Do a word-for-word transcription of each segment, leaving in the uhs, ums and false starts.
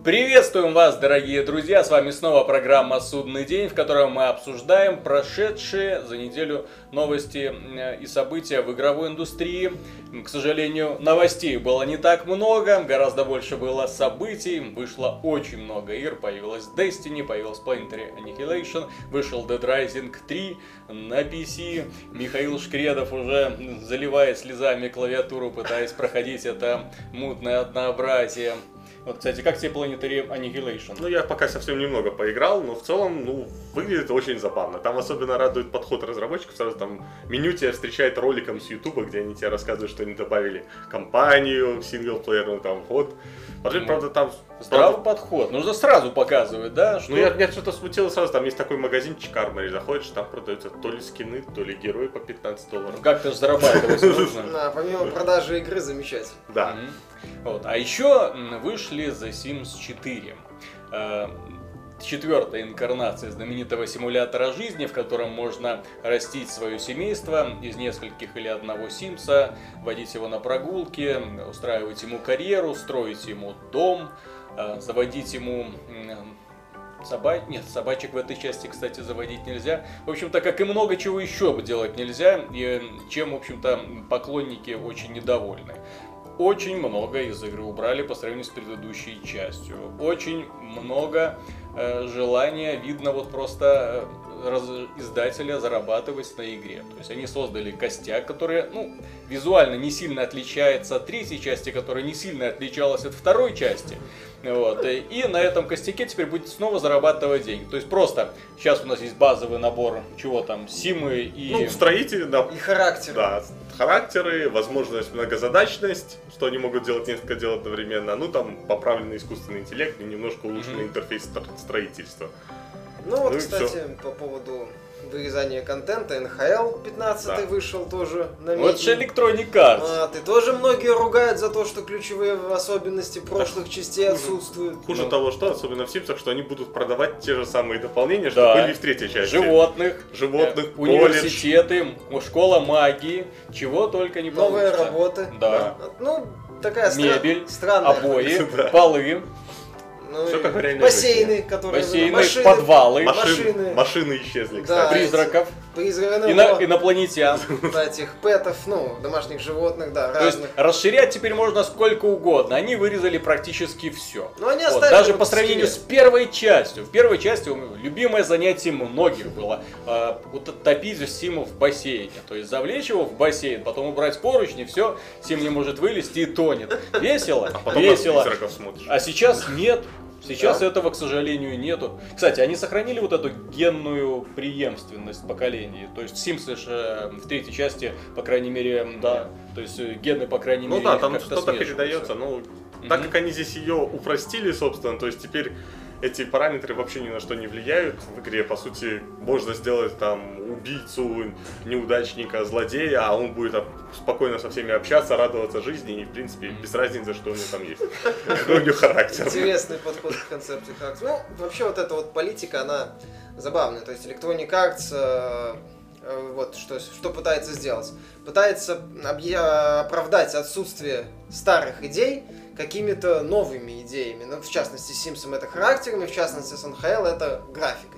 Приветствуем вас, дорогие друзья! С вами снова программа «Судный день», в которой мы обсуждаем прошедшие за неделю новости и события в игровой индустрии. К сожалению, новостей было не так много, гораздо больше было событий. Вышло очень много игр, появилась Destiny, появилась Planetary Annihilation, вышел Dead Rising три на пи си. Михаил Шкредов уже заливает слезами клавиатуру, пытаясь проходить это мутное однообразие. Вот, кстати, как тебе Planetary Annihilation? Ну, я пока совсем немного поиграл, но в целом, ну, выглядит очень забавно. Там особенно радует подход разработчиков, сразу там меню тебя встречает роликом с Ютуба, где они тебе рассказывают, что они добавили кампанию, синглплеерную, там, вот. Потом, ну, правда, там... Здравый правда... подход. Нужно сразу показывать, да? Что... Ну, я, меня что-то смутило сразу, там есть такой магазинчик Армори, заходишь, там продаются то ли скины, то ли герои по пятнадцать долларов. Как-то же зарабатывать нужно. Да, помимо продажи игры замечательно. Да. Вот. А еще вышли The Sims четыре. Четвертая инкарнация знаменитого симулятора жизни, в котором можно растить свое семейство из нескольких или одного симса, водить его на прогулки, устраивать ему карьеру, строить ему дом, заводить ему... Собак... Нет, собачек в этой части, кстати, заводить нельзя. В общем-то, как и много чего еще делать нельзя, и чем, в общем-то, поклонники очень недовольны. Очень много из игры убрали по сравнению с предыдущей частью. Очень много э, желания видно вот просто э, раз, издателя зарабатывать на игре. То есть они создали костяк, который, ну, визуально не сильно отличается от третьей части, которая не сильно отличалась от второй части. Вот. И на этом костяке теперь будет снова зарабатывать деньги. То есть просто сейчас у нас есть базовый набор, чего там, симы и... Ну, строители, да. И характеры. Да, характеры, возможность, многозадачность, что они могут делать несколько дел одновременно. Ну, там поправленный искусственный интеллект и немножко улучшенный mm-hmm. интерфейс строительства. Ну вот, ну, кстати, все. по поводу вырезания контента, эн ха эл пятнадцать да. вышел тоже на медиа. Вот же Electronic Arts. А, ты тоже многие ругают за то, что ключевые особенности прошлых так, частей хуже, отсутствуют. Хуже ну. того, что, особенно в Симсах, что они будут продавать те же самые дополнения, что да. были в третьей части. Животных, Животных, э, университеты, школа магии, чего только не Новые получится. работы. Да. Ну, такая мебель, стра- странная. обои, полы. Ну, все как в бассейны, которые... Бассейны, машины, подвалы. Машины. Машины исчезли, да, кстати. Призраков. Призраков. Ино- инопланетян. Этих пэтов, ну, домашних животных, да, То разных. есть расширять теперь можно сколько угодно. Они вырезали практически все. Но они вот, даже по сравнению с первой частью. В первой части любимое занятие многих было э, утопить Симу в бассейне. То есть завлечь его в бассейн, потом убрать поручни, все, Сим не может вылезти и тонет. Весело? А потом Весело. смотришь. А сейчас нет. Сейчас да? этого, к сожалению, нету. Кстати, они сохранили вот эту генную преемственность поколений. То есть Симсы же в третьей части, по крайней мере, да, то есть гены, по крайней ну мере, да, там что-то что-то передается. Ну, mm-hmm. так как они здесь ее упростили, собственно, то есть теперь эти параметры вообще ни на что не влияют. В игре, по сути, можно сделать там убийцу, неудачника, злодея, а он будет спокойно со всеми общаться, радоваться жизни, и, в принципе, без разницы, что у него там есть. Какой у него характер. Интересный подход к концепции характера. Ну, вообще, вот эта вот политика, она забавная. То есть Electronic Arts, вот что, что пытается сделать. Пытается оправдать отсутствие старых идей какими-то новыми идеями. Ну, в частности, с Симсом это характерами, в частности, с эн ха эл это графикой.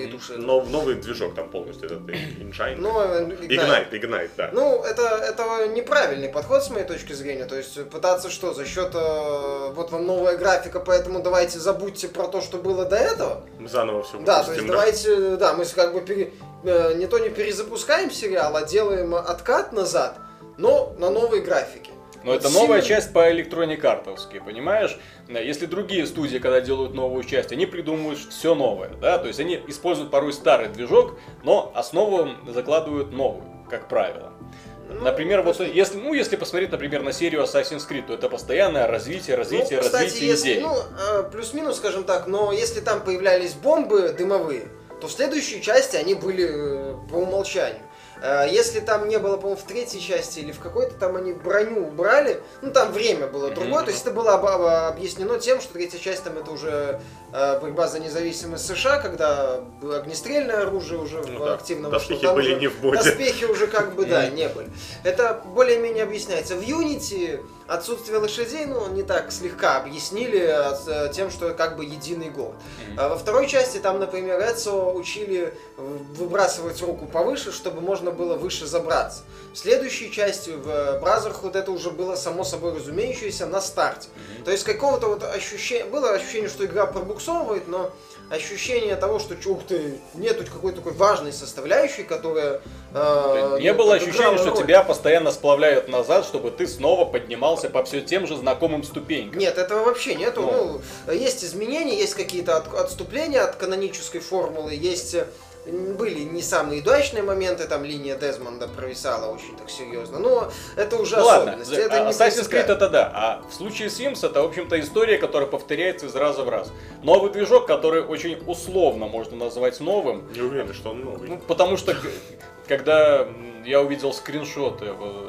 Но новый движок там полностью, этот Engine. Ну, Ignite. Ignite, Ignite, да. Ну, это, это неправильный подход с моей точки зрения. То есть пытаться что, за счет э, вот вам новая графика, поэтому давайте забудьте про то, что было до этого. Мы заново все Да, то есть да. давайте, да, мы как бы пере, э, не то не перезапускаем сериал, а делаем откат назад, но на новой графике. Но это Сильно... новая часть по Electronic Arts, понимаешь? Если другие студии, когда делают новую часть, они придумывают все новое, да? То есть они используют порой старый движок, но основу закладывают новую, как правило. Ну, например, вот если, ну, если посмотреть, например, на серию Assassin's Creed, то это постоянное развитие, развитие, ну, кстати, развитие если, идей. Ну, плюс-минус, скажем так, но если там появлялись бомбы дымовые, то в следующей части они были по умолчанию. Если там не было, по-моему, в третьей части или в какой-то, там они броню убрали, ну там время было другое, mm-hmm. то есть это было об- объяснено тем, что третья часть там это уже э, борьба за независимость США, когда было огнестрельное оружие уже ну, да. активно вышло. Доспехи были не в моде. Доспехи уже как бы, да, не были. Это более-менее объясняется. В Unity отсутствие лошадей, ну, не так слегка объяснили тем, что как бы единый город. Mm-hmm. А во второй части там, например, Эцио учили выбрасывать руку повыше, чтобы можно было выше забраться. В следующей части, в Brotherhood, это уже было само собой разумеющееся на старте. Mm-hmm. То есть какого-то вот ощущения, было ощущение, что игра пробуксовывает, но ощущение того, что ух ты, нету какой-то такой важной составляющей, которая... Э, не было ощущения, что тебя постоянно сплавляют назад, чтобы ты снова поднимался по все тем же знакомым ступенькам. Нет, этого вообще нету. Ну, ну, есть изменения, есть какие-то от, отступления от канонической формулы, есть... Были не самые удачные моменты, там линия Дезмонда провисала очень так серьезно, но это уже ну, особенность. Ладно, это Assassin's Creed это да, а в случае Sims это, в общем-то, история, которая повторяется из раза в раз. Новый движок, который очень условно можно назвать новым. Не уверен, что он новый. Ну, потому что, когда я увидел скриншоты,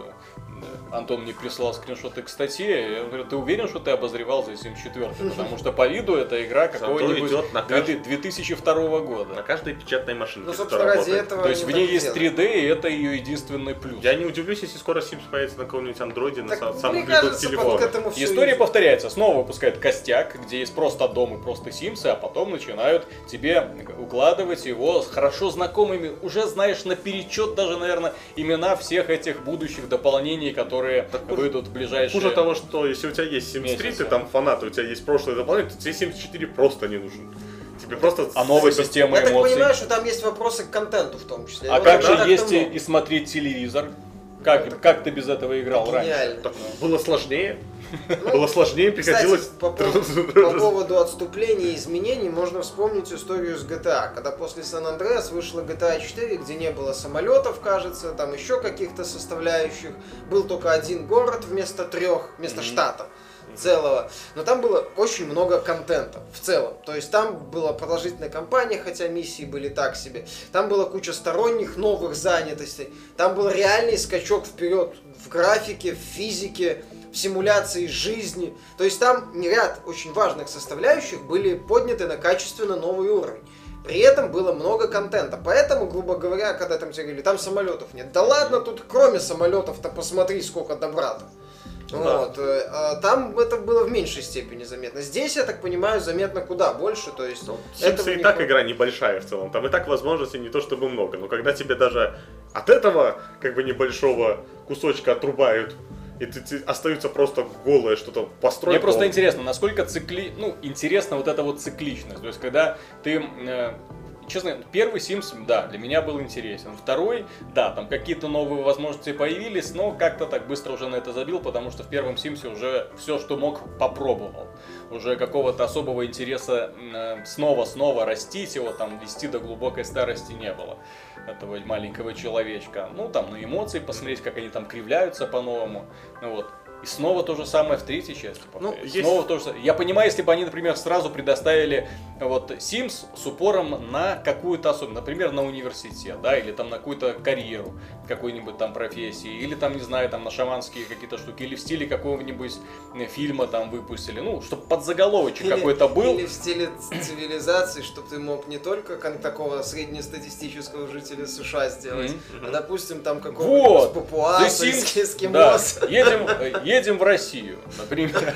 Антон мне прислал скриншоты к статье, я говорю, ты уверен, что ты обозревал за Sims четыре? Потому что по виду это игра какого-нибудь две тысячи второго года. На каждой печатной машинке. Ну, собственно, ради этого то есть в ней есть три дэ, и это ее единственный плюс. Я не удивлюсь, если скоро Sims появится на каком-нибудь андроиде, на самом телефоне. История повторяется. Снова выпускает костяк, где есть просто дом и просто Симсы, а потом начинают тебе укладывать его с хорошо знакомыми, уже знаешь наперечет даже, наверное, имена всех этих будущих дополнений, которые так выйдут в ближайшие... Хуже того, что если у тебя есть Sims три, ты там фанат, у тебя есть прошлое дополнение, то тебе Sims четыре просто не нужен. Тебе просто... А новая система эмоций? Я так понимаю, что там есть вопросы к контенту в том числе. А как же есть и, и смотреть телевизор? Как, ну, как ты без этого играл раньше? Так, было сложнее. Ну, было сложнее, приходилось... Кстати, по, по поводу отступлений и изменений можно вспомнить историю с джи ти эй. Когда после Сан-Андреас вышла джи ти эй четыре, где не было самолетов, кажется, там еще каких-то составляющих. Был только один город вместо трех, вместо mm-hmm. штата целого. Но там было очень много контента в целом. То есть там была продолжительная кампания, хотя миссии были так себе. Там была куча сторонних новых занятостей. Там был реальный скачок вперед в графике, в физике, в симуляции жизни. То есть там ряд очень важных составляющих были подняты на качественно новый уровень. При этом было много контента. Поэтому, грубо говоря, когда там тебе говорили, там самолетов нет. Да ладно, тут кроме самолетов-то посмотри, сколько добра-то. Да. Вот. Там это было в меньшей степени заметно. Здесь, я так понимаю, заметно куда больше. То есть, ну, Sims и так игра небольшая в целом. Там и так возможностей не то чтобы много. Но когда тебе даже от этого как бы небольшого кусочка отрубают, и ты, ты остаются просто голое что-то построить. Мне просто интересно, насколько цикли... ну, интересна вот эта вот цикличность. То есть, когда ты... Э... Честно, первый Sims, да, для меня был интересен. Второй, да, там какие-то новые возможности появились, но как-то так быстро уже на это забил, потому что в первом Симсе уже все, что мог, попробовал. Уже какого-то особого интереса снова-снова растить его, там, вести до глубокой старости не было. Этого маленького человечка. Ну, там, на эмоции посмотреть, как они там кривляются по-новому. Ну, вот. И снова то же самое в третьей части. Ну, снова есть... то же самое. Я понимаю, если бы они, например, сразу предоставили вот Sims с упором на какую-то особенность, например, на университет, да, или там на какую-то карьеру какой-нибудь там профессии, или там, не знаю, там на шаманские какие-то штуки, или в стиле какого-нибудь фильма там выпустили, ну, чтобы подзаголовочек какой-то был. Или в стиле цивилизации, чтобы ты мог не только как такого среднестатистического жителя США сделать, mm-hmm. а, допустим, там какого-нибудь вот. Папуаса, эскимоса. Да. Едем, едем в Россию, например.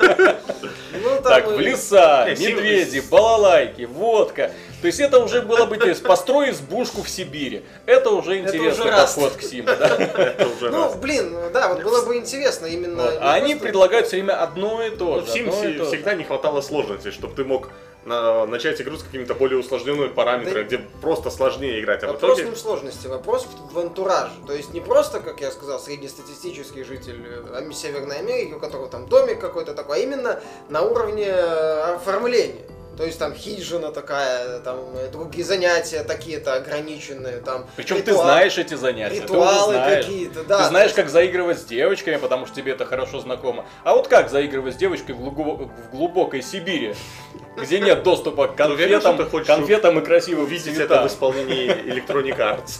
Ну, так, и... в леса, не, медведи, Sims. Балалайки, водка. То есть это уже было бы интересно. Построй избушку в Сибири. Это уже интересный это уже подход к Симу. Да? Ну, блин, да, вот было бы интересно именно... Вот. А они предлагают все время одно и то же. В Симсе всегда не хватало сложности, чтобы ты мог на, начать игру с какими-то более усложненными параметрами, да, где просто сложнее играть. А вопрос в итоге... не в сложности, вопрос в антураже. То есть не просто, как я сказал, среднестатистический житель Северной Америки, у которого там домик какой-то такой, а именно на уровне оформления. То есть там хижина такая, там другие занятия такие-то ограниченные, там. Причем ритуал, ты знаешь эти занятия, ритуалы какие-то, да. Ты знаешь, как заигрывать с девочками, потому что тебе это хорошо знакомо. А вот как заигрывать с девочкой в, глубо- в глубокой Сибири, где нет доступа к конфетам, конфетам и красивым видеть это в исполнении Electronic Arts.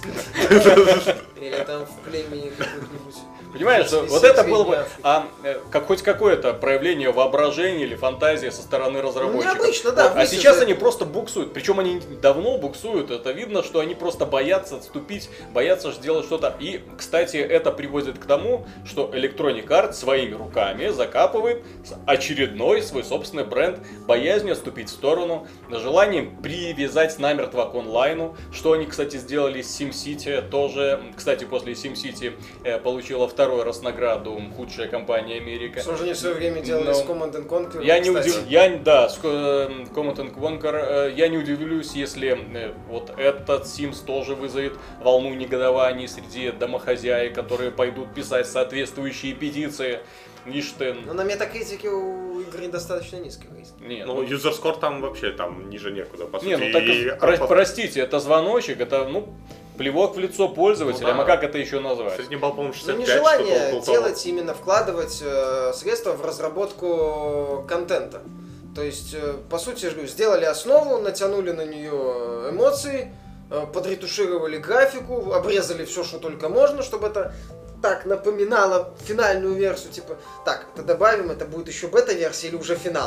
Или там в племени каких-нибудь. Понимаешь, вот это было бы а, как хоть какое-то проявление воображения или фантазии со стороны разработчиков. Ну, необычно, да. да, Вот. А сейчас они просто буксуют. Причем они давно буксуют. Это видно, что они просто боятся отступить, боятся сделать что-то. И, кстати, это приводит к тому, что Electronic Arts своими руками закапывает очередной свой собственный бренд, боязнью отступить в сторону, желанием привязать намертво к онлайну, что они, кстати, сделали с SimCity тоже. Кстати, после SimCity э, получила второй раз награду худшая компания Америка. Что же они в свое время делали Но... с Command and Conquer? Я не кстати. удив... я, да, с э, Command and Conquer, э, я не удивлюсь, если э, вот этот Sims тоже вызовет волну негодований среди домохозяек, которые пойдут писать соответствующие петиции. Видишь ты... Но на метакритике у игры достаточно низкий рейтинг. Не, Ну, user score там вообще там ниже некуда, по не, сути. ну так, И- про- а- простите, это звоночек, это, ну, плевок в лицо пользователям, Ну да. а как это еще назвать? Средний балл, по-моему, Ну, шестьдесят пять, нежелание что-то около того. делать, именно вкладывать э, средства в разработку контента. То есть, э, по сути, я же говорю, сделали основу, натянули на нее эмоции, э, подретушировали графику, обрезали все, что только можно, чтобы это так напоминало финальную версию. Типа, так, это добавим, это будет еще бета-версия или уже финал.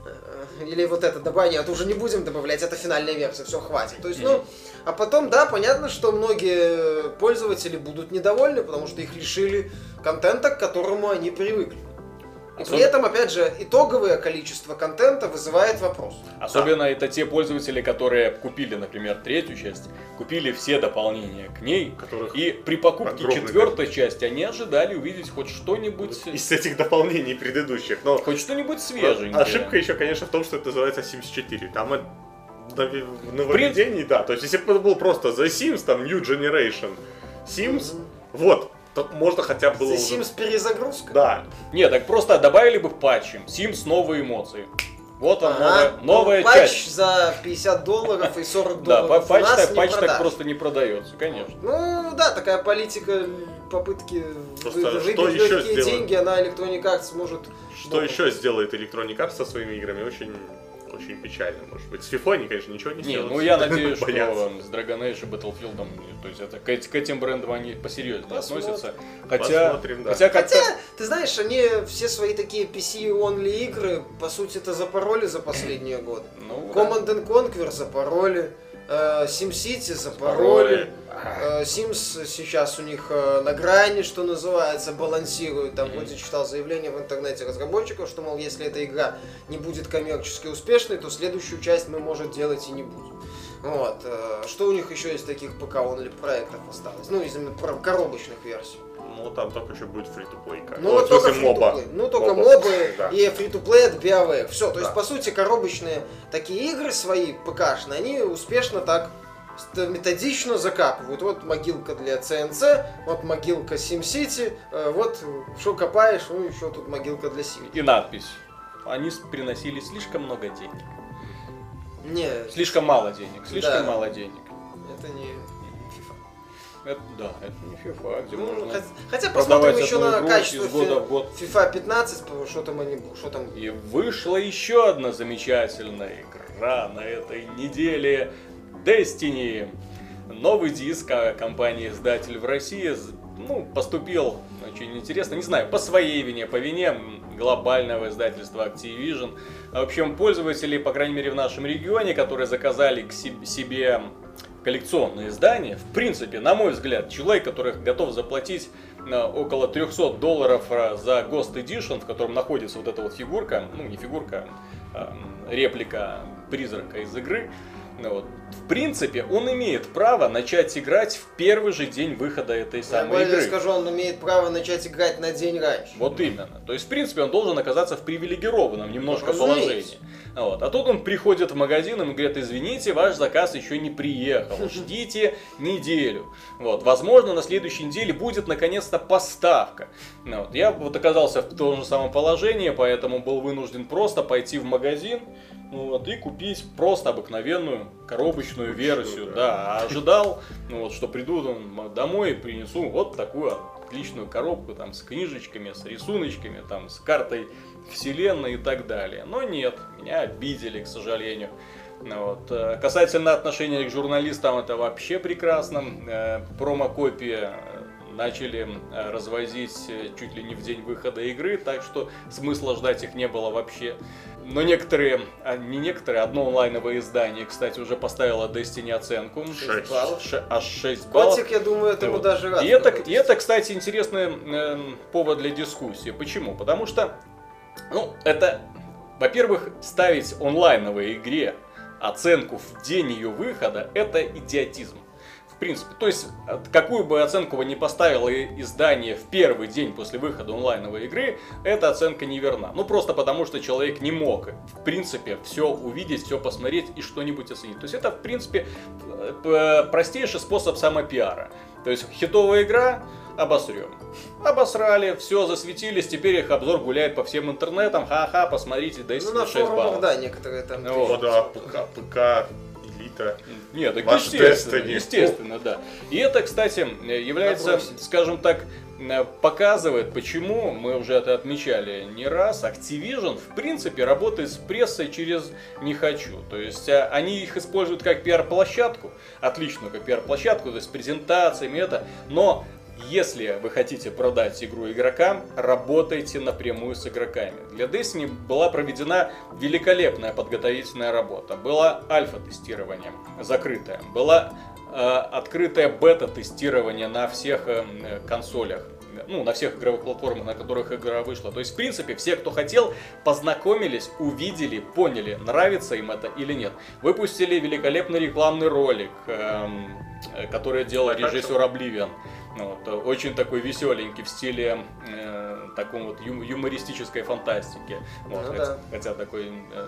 Э, Или вот это добавим, нет, уже не будем добавлять, это финальная версия, все, хватит. То есть, ну, а потом, да, понятно, что многие пользователи будут недовольны, потому что их лишили контента, к которому они привыкли. И при Особ- этом, опять же, итоговое количество контента вызывает вопрос. Особенно это те пользователи, которые купили, например, третью часть, купили все дополнения к ней, Которых и при покупке огромное четвертой части они ожидали увидеть хоть что-нибудь, из этих дополнений предыдущих. Но хоть что-нибудь свеженькое. ошибка еще, конечно, в том, что это называется Sims четыре. Там это нови- нововведений, да. То есть, если бы это был просто The Sims, там New Generation Sims, Мгм. вот, то можно хотя бы было The уже... Sims перезагрузка? Да. Нет, так просто добавили бы патчи. Sims новые эмоции. Вот он, Ага. новая, новая Ну, патч часть. за пятьдесят долларов и сорок Да, долларов патч, у нас так, не патч так продашь. просто не продается, конечно. Ну да, такая политика попытки Просто вы- что выбить еще легкие сделать? деньги, она Electronic Arts может... Что ну, еще сделает Electronic Arts со своими играми? Очень, очень печально, может быть. С FIFA они, конечно, ничего не Не, сделают. ну я надеюсь, что Боятся. с Dragon Age и Battlefield, то есть это к, эт- к этим брендам они посерьезнее Посмотрим. относятся. Хотя, Посмотрим, да. хотя как-то... Хотя, ты знаешь, они все свои такие пи си-онли игры, по сути, это запороли за последние годы. Ну, да. Command and Conquer запороли, э, SimCity запороли, э, Sims сейчас у них э, на грани, что называется, балансирует. Там, Мгм. хоть и читал заявление в интернете разработчиков, что, мол, если эта игра не будет коммерчески успешной, то следующую часть мы, может, делать и не будем. Вот. э, Что у них еще из таких ПК-онли проектов осталось? Ну, из именно про- коробочных версий. Ну, там только еще будет free-to-play. как- Ну, Ой, вот в только смысле, моба. free-to-play. Ну, только Моба. мобы Да. и free-to-play от BioWare. Все, то есть, Да. по сути, коробочные такие игры свои, ПКшные, они успешно так ст- методично закапывают. Вот могилка для си эн си, вот могилка SimCity, э, вот что копаешь, ну, еще тут могилка для Sim. И надпись. Они с- приносили слишком много денег. Не, Слишком мало денег. Слишком Да. мало денег. это не FIFA. Это, да, это не FIFA, где Ну, можно хот- хотя продавать посмотрим еще одну на игру качество из года в фи- год. FIFA пятнадцать, что там они, что там. И вышла еще одна замечательная игра на этой неделе. Destiny. Новый диск а, компании-издатель в России з- ну, поступил очень интересно, не знаю, по своей вине, по вине м, глобального издательства Activision. В общем, пользователи, по крайней мере в нашем регионе, которые заказали к се- себе коллекционные издания, в принципе, на мой взгляд, человек, который готов заплатить э, около трехсот долларов э, за Ghost Edition, в котором находится вот эта вот фигурка, ну не фигурка, а м, реплика призрака из игры, ну вот, в принципе, он имеет право начать играть в первый же день выхода этой Я самой более игры. скажу, он имеет право начать играть на день раньше. Вот именно. То есть, в принципе, он должен оказаться в привилегированном немножко Разумеется. положении. Вот. А тут он приходит в магазин и говорит: извините, ваш заказ еще не приехал, ждите неделю. Вот. Возможно, на следующей неделе будет наконец-то поставка. Ну вот. Я вот оказался в том же самом положении, поэтому был вынужден просто пойти в магазин, ну вот, и купить просто обыкновенную коробочную версию. да. Да. А ожидал, ну вот, что приду там домой и принесу вот такую отличную коробку там, с книжечками, с рисуночками, там, с картой вселенной и так далее. Но нет, меня обидели, к сожалению. Ну вот. э, Касательно отношения к журналистам, это вообще прекрасно. Э, Промокопии э, начали э, развозить э, чуть ли не в день выхода игры, так что смысла ждать их не было вообще. Но некоторые, а не некоторые, одно онлайновое издание, кстати, уже поставило Destiny оценку. шесть баллов. Ш- аж шесть баллов. Котик, я думаю, этому Вот. даже рад. И это, и это, кстати, интересный э, повод для дискуссии. Почему? Потому что, ну, это, во-первых, ставить онлайновой игре оценку в день ее выхода, это идиотизм. В принципе, то есть, какую бы оценку вы ни поставило издание в первый день после выхода онлайновой игры, эта оценка не верна. Ну, просто потому, что человек не мог, в принципе, все увидеть, все посмотреть и что-нибудь оценить. То есть, это, в принципе, простейший способ самопиара. То есть, хитовая игра, обосрем. Обосрали, все, засветились, теперь их обзор гуляет по всем интернетам. Ха-ха, посмотрите, Destiny Ну, на шесть форумах, баллов. да, некоторые там... Ну, Вот, да, ПК, ПК, Элита. Нет, так Ваш естественно, Destiny. естественно, да. И это, кстати, является, Набросить. скажем так, показывает, почему, мы уже это отмечали не раз, Activision, в принципе, работает с прессой через «не хочу». То есть, а, они их используют как пиар-площадку, отличную как пиар-площадку, то есть, с презентациями это, но... Если вы хотите продать игру игрокам, работайте напрямую с игроками. Для Destiny была проведена великолепная подготовительная работа. Было альфа-тестирование закрытое, было э, открытое бета-тестирование на всех э, консолях. Ну, на всех игровых платформах, на которых игра вышла. То есть, в принципе, все, кто хотел, познакомились, увидели, поняли, нравится им это или нет. Выпустили великолепный рекламный ролик, эм, который делал режиссер Oblivion. Вот, очень такой веселенький в стиле э, таком вот ю- юмористической фантастики. Вот, Ну, хотя, да. хотя такой э,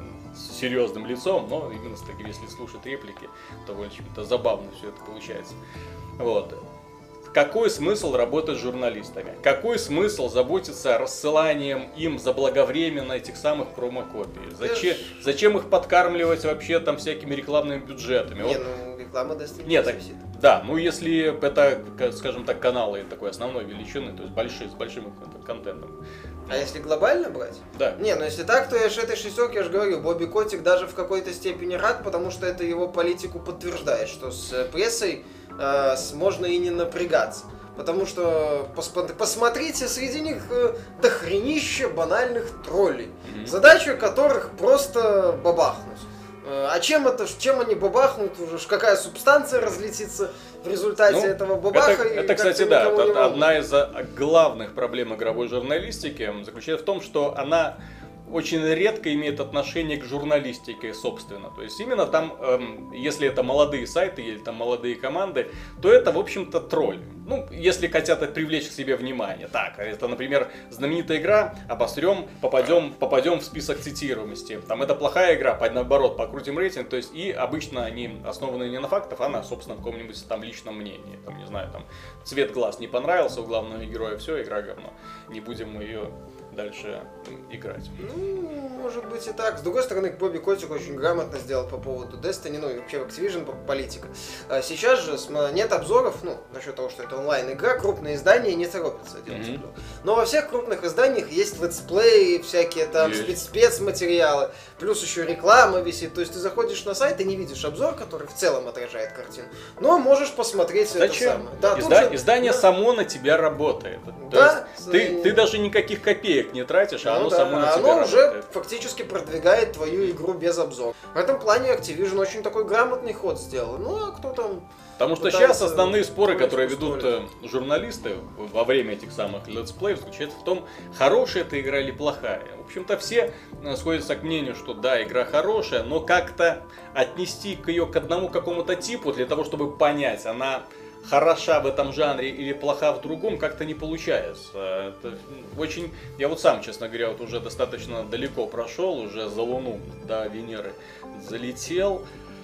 с серьезным лицом, но именно с таким, если слушать реплики, то в общем-то забавно все это получается. Вот. Какой смысл работать с журналистами? Какой смысл заботиться рассыланием им заблаговременно этих самых промокопий? Зачем, зачем их подкармливать вообще там всякими рекламными бюджетами? Не, Вот- ну, реклама Destiny Нет, не так- зависит. да, ну если это, к- скажем так, каналы такой основной величины, то есть большие, с большим кон- контентом. А если глобально брать? Да. Не, ну если так, то я же этой шестерке, я же говорю, Бобби Котик даже в какой-то степени рад, потому что это его политику подтверждает, что с э, прессой э, с- можно и не напрягаться. Потому что пос- посмотрите, среди них э, дохренище банальных троллей, Мгм. задача которых просто бабахнуть. Э, А чем это, ж- чем они бабахнут, уже ж какая субстанция разлетится в результате Ну, этого бабаха? Это, и это, как-то кстати, да, никого не это волнует. одна из а, главных проблем игровой журналистики заключается в том, что она очень редко имеет отношение к журналистике, собственно. То есть именно там, эм, если это молодые сайты или там молодые команды, то это, в общем-то, тролль. Ну, если хотят привлечь к себе внимание. Так, это, например, знаменитая игра, обосрем, попадем, попадем в список цитируемости. Там это плохая игра, под- наоборот, покрутим рейтинг. То есть и обычно они основаны не на фактах, а на собственном каком-нибудь там личном мнении. Там, не знаю, там цвет глаз не понравился у главного героя, все, игра говно. Не будем мы ее дальше м, играть. Ну, может быть и так. С другой стороны, Бобби Котик очень грамотно сделал по поводу Destiny, ну и вообще Activision по- политика. А сейчас же см- нет обзоров, ну, насчет того, что это онлайн-игра, крупные издания не торопятся делать Мгм. обзор. Но во всех крупных изданиях есть летсплеи, всякие там Есть. спец- спецматериалы, плюс еще реклама висит. То есть ты заходишь на сайт и не видишь обзор, который в целом отражает картину, но можешь посмотреть это Зачем? самое. Да, тут Изда- же- Издание да. само на тебя работает. То Да, есть ты, с- ты даже никаких копеек не тратишь, а Ну оно да, само на а тебя оно уже работает. фактически продвигает твою игру без обзора. В этом плане Activision очень такой грамотный ход сделал. Ну а кто там... Потому что пытается сейчас основные споры, строить которые пустое. ведут э, журналисты во время этих самых летсплеев, заключаются в том, хорошая эта игра или плохая. В общем-то, все э, сходятся к мнению, что да, игра хорошая, но как-то отнести к ее к одному какому-то типу, для того, чтобы понять, она хороша в этом жанре или плоха в другом, как-то не получается. Это очень... Я вот сам, честно говоря, вот уже достаточно далеко прошел, уже за Луну до Венеры залетел.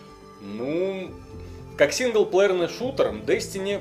Ну, как синглплеерный шутер, Destiny...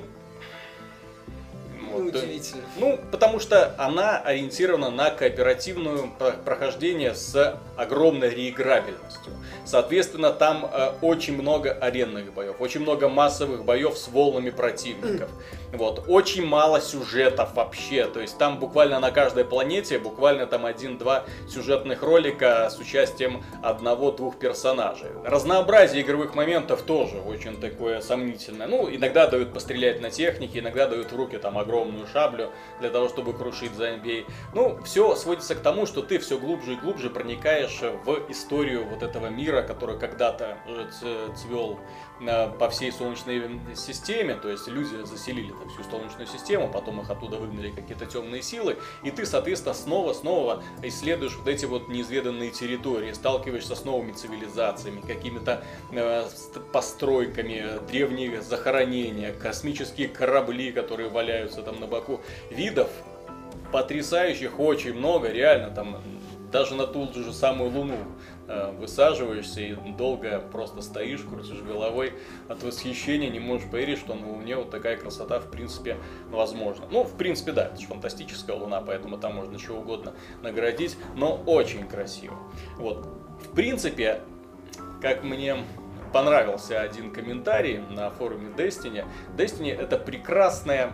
Ну, вот, э, удивительно. ну, потому что она ориентирована на кооперативное про- прохождение с огромной реиграбельностью. Соответственно, там э, очень много аренных боев, очень много массовых боев с волнами противников. Вот. Очень мало сюжетов вообще. То есть там буквально на каждой планете, буквально там один-два сюжетных ролика с участием одного-двух персонажей. Разнообразие игровых моментов тоже очень такое сомнительное. Ну, иногда дают пострелять на технике, иногда дают в руки там огромную шаблю для того, чтобы крушить зомбей. Ну, все сводится к тому, что ты все глубже и глубже проникаешь попадаешь в историю вот этого мира, который когда-то уже цвел по всей Солнечной системе, то есть люди заселили там всю Солнечную систему, потом их оттуда выгнали какие-то темные силы, и ты, соответственно, снова-снова исследуешь вот эти вот неизведанные территории, сталкиваешься с новыми цивилизациями, какими-то э, постройками, древние захоронения, космические корабли, которые валяются там на боку. Видов потрясающих очень много, реально, там даже на ту же самую Луну э, высаживаешься и долго просто стоишь, крутишь головой от восхищения, не можешь поверить, что на Луне вот такая красота в принципе возможна. Ну, в принципе, да, это же фантастическая Луна, поэтому там можно чего угодно наградить, но очень красиво. Вот, в принципе, как мне понравился один комментарий на форуме Destiny, Destiny это прекрасная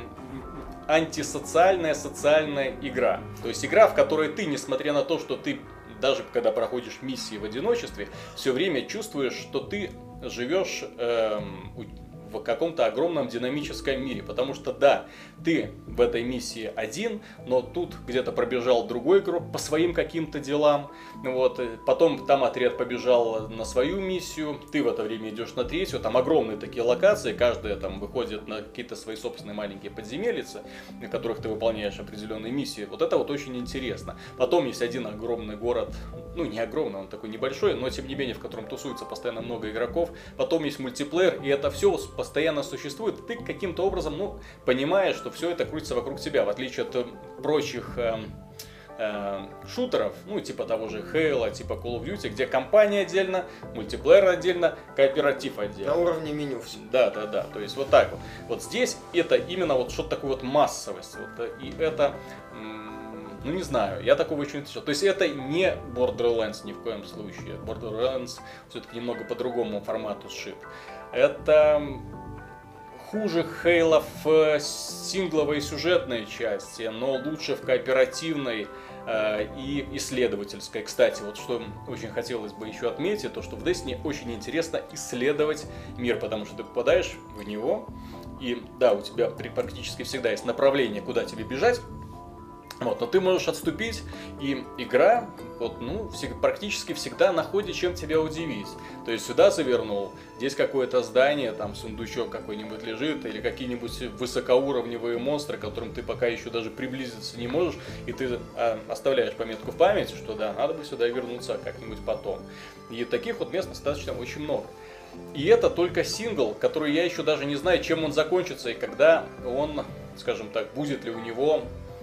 антисоциальная социальная игра. То есть игра, в которой ты, несмотря на то, что ты даже когда проходишь миссии в одиночестве, все время чувствуешь, что ты живешь эм, в каком-то огромном динамическом мире. Потому что да, ты в этой миссии один, но тут где-то пробежал другой игрок по своим каким-то делам. Вот, потом там отряд побежал на свою миссию, ты в это время идешь на третью. Там огромные такие локации, каждая там выходит на какие-то свои собственные маленькие подземельицы, в которых ты выполняешь определенные миссии. Вот это вот очень интересно. Потом есть один огромный город, ну не огромный, он такой небольшой, но тем не менее в котором тусуется постоянно много игроков. Потом есть мультиплеер, и это все постоянно существует. Ты каким-то образом, ну, понимаешь, что все это крутится вокруг тебя, в отличие от прочих э, э, шутеров, ну, типа того же Halo, типа Call of Duty, где компания отдельно, мультиплеер отдельно, кооператив отдельно. На уровне меню все. Да, да, да, то есть вот так вот. Вот здесь это именно вот что-то такое вот массовость, вот, и это... Ну, не знаю, я такого еще не встречал. То есть это не Borderlands ни в коем случае. Borderlands все-таки немного по другому формату сшит. Это хуже Halo в сингловой сюжетной части, но лучше в кооперативной э, и исследовательской. Кстати, вот что очень хотелось бы еще отметить, то что в Destiny очень интересно исследовать мир, потому что ты попадаешь в него, и да, у тебя практически всегда есть направление, куда тебе бежать. Вот, но ты можешь отступить, и игра вот, ну, всег, практически всегда находит, чем тебя удивить. То есть сюда завернул, здесь какое-то здание, там сундучок какой-нибудь лежит, или какие-нибудь высокоуровневые монстры, к которым ты пока еще даже приблизиться не можешь, и ты а, оставляешь пометку в памяти, что да, надо бы сюда вернуться как-нибудь потом. И таких вот мест достаточно очень много. И это только сингл, который я еще даже не знаю, чем он закончится, и когда он, скажем так, будет ли у него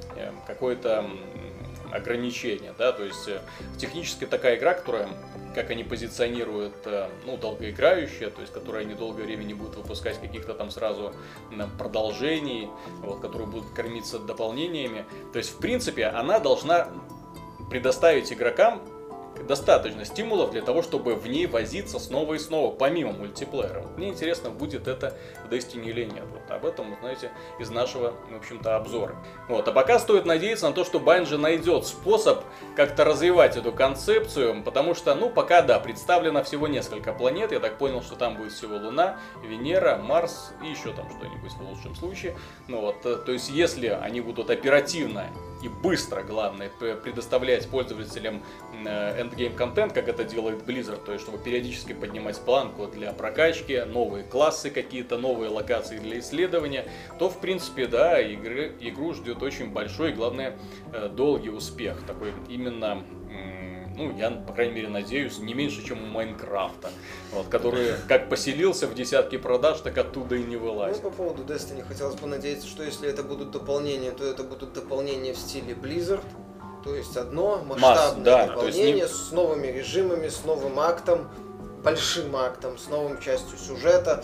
какое-то ограничение, да, то есть технически такая игра, которая, как они позиционируют, ну, долгоиграющая, то есть которая они долгое время не будут выпускать каких-то там сразу продолжений, вот, которые будут кормиться дополнениями, то есть в принципе она должна предоставить игрокам достаточно стимулов для того, чтобы в ней возиться снова и снова, помимо мультиплеера. Мне интересно, будет это в Destiny или нет. Вот об этом вы знаете из нашего, в общем-то, обзора. Вот. А пока стоит надеяться на то, что Bungie найдет способ как-то развивать эту концепцию, потому что, ну, пока, да, представлено всего несколько планет. Я так понял, что там будет всего Луна, Венера, Марс и еще там что-нибудь в лучшем случае. Ну вот, то есть, если они будут оперативно и быстро, главное, предоставлять пользователям эндгейм контент, как это делает Blizzard, то есть чтобы периодически поднимать планку для прокачки, новые классы какие-то, новые локации для исследования, то в принципе, да, игры, игру ждет очень большой и, главное, долгий успех. Такой именно, ну, я, по крайней мере, надеюсь, не меньше, чем у Майнкрафта, вот, который как поселился в десятке продаж, так оттуда и не вылазит. Ну, по поводу Destiny хотелось бы надеяться, что если это будут дополнения, то это будут дополнения в стиле Blizzard. То есть одно масштабное Масс, да, дополнение с новыми режимами, с новым актом, большим актом, с новым частью сюжета,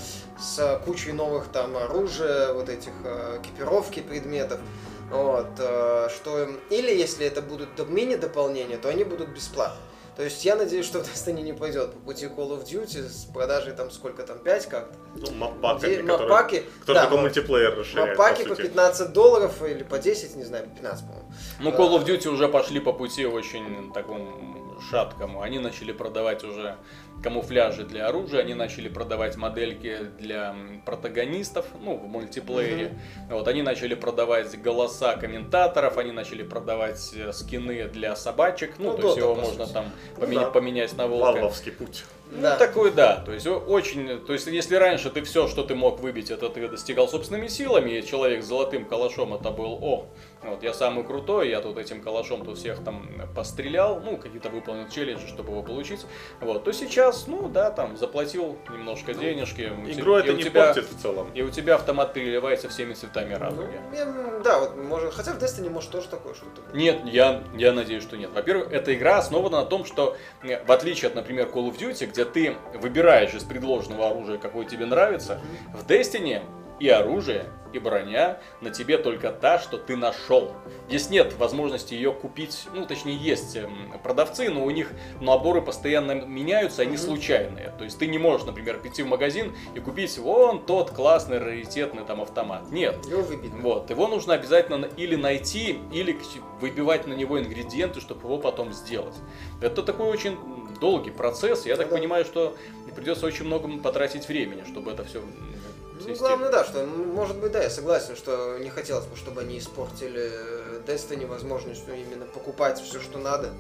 с кучей новых там оружия, вот этих экипировки предметов. Вот, что... Или если это будут мини-дополнения, то они будут бесплатны. То есть я надеюсь, что Destiny не пойдет по пути Call of Duty с продажей там сколько там, пять как-то? Ну, маппаками, Где, маппаки, который да, только мультиплеер расширяет. Маппаки по, по пятнадцать долларов или по десять, не знаю, по пятнадцать, по-моему. Ну, Call of Duty уже пошли по пути очень такому шаткому. Они начали продавать уже камуфляжи для оружия, они начали продавать модельки для протагонистов, ну, в мультиплеере. Mm-hmm. Вот, они начали продавать голоса комментаторов, они начали продавать скины для собачек, ну, ну то есть его можно там поменять, ну, да. поменять на волка. Валвовский путь. Ну, да. такой, да, то есть очень, то есть если раньше ты все, что ты мог выбить, это ты достигал собственными силами, и человек с золотым калашом это был, о, вот я самый крутой, я тут этим калашом тут всех там пострелял, ну, какие-то выполнил челленджи, чтобы его получить, вот, то сейчас, ну, да, там, заплатил немножко ну, денежки. Игру это не тебя, портит в целом. И у тебя автомат переливается всеми цветами радуги. Ну, я, да, вот, может, хотя в Destiny может тоже такое что-то будет. Нет, я, я надеюсь, что нет. Во-первых, эта игра основана на том, что, в отличие от, например, Call of Duty, где ты выбираешь из предложенного оружия, какое тебе нравится, mm-hmm. в Destiny и оружие, и броня на тебе только та, что ты нашел. Здесь нет возможности ее купить, ну, точнее, есть продавцы, но у них наборы постоянно меняются, они mm-hmm. случайные. То есть ты не можешь, например, прийти в магазин и купить вон тот классный раритетный там автомат. Нет. Его выбить. Вот. Его нужно обязательно или найти, или выбивать на него ингредиенты, чтобы его потом сделать. Это такой очень долгий процесс. Я ну, так да. понимаю, что придется очень много потратить времени, чтобы это все... Ну, главное, да, что, может быть, да, я согласен, что не хотелось бы, чтобы они испортили Destiny возможностью именно покупать все, что надо,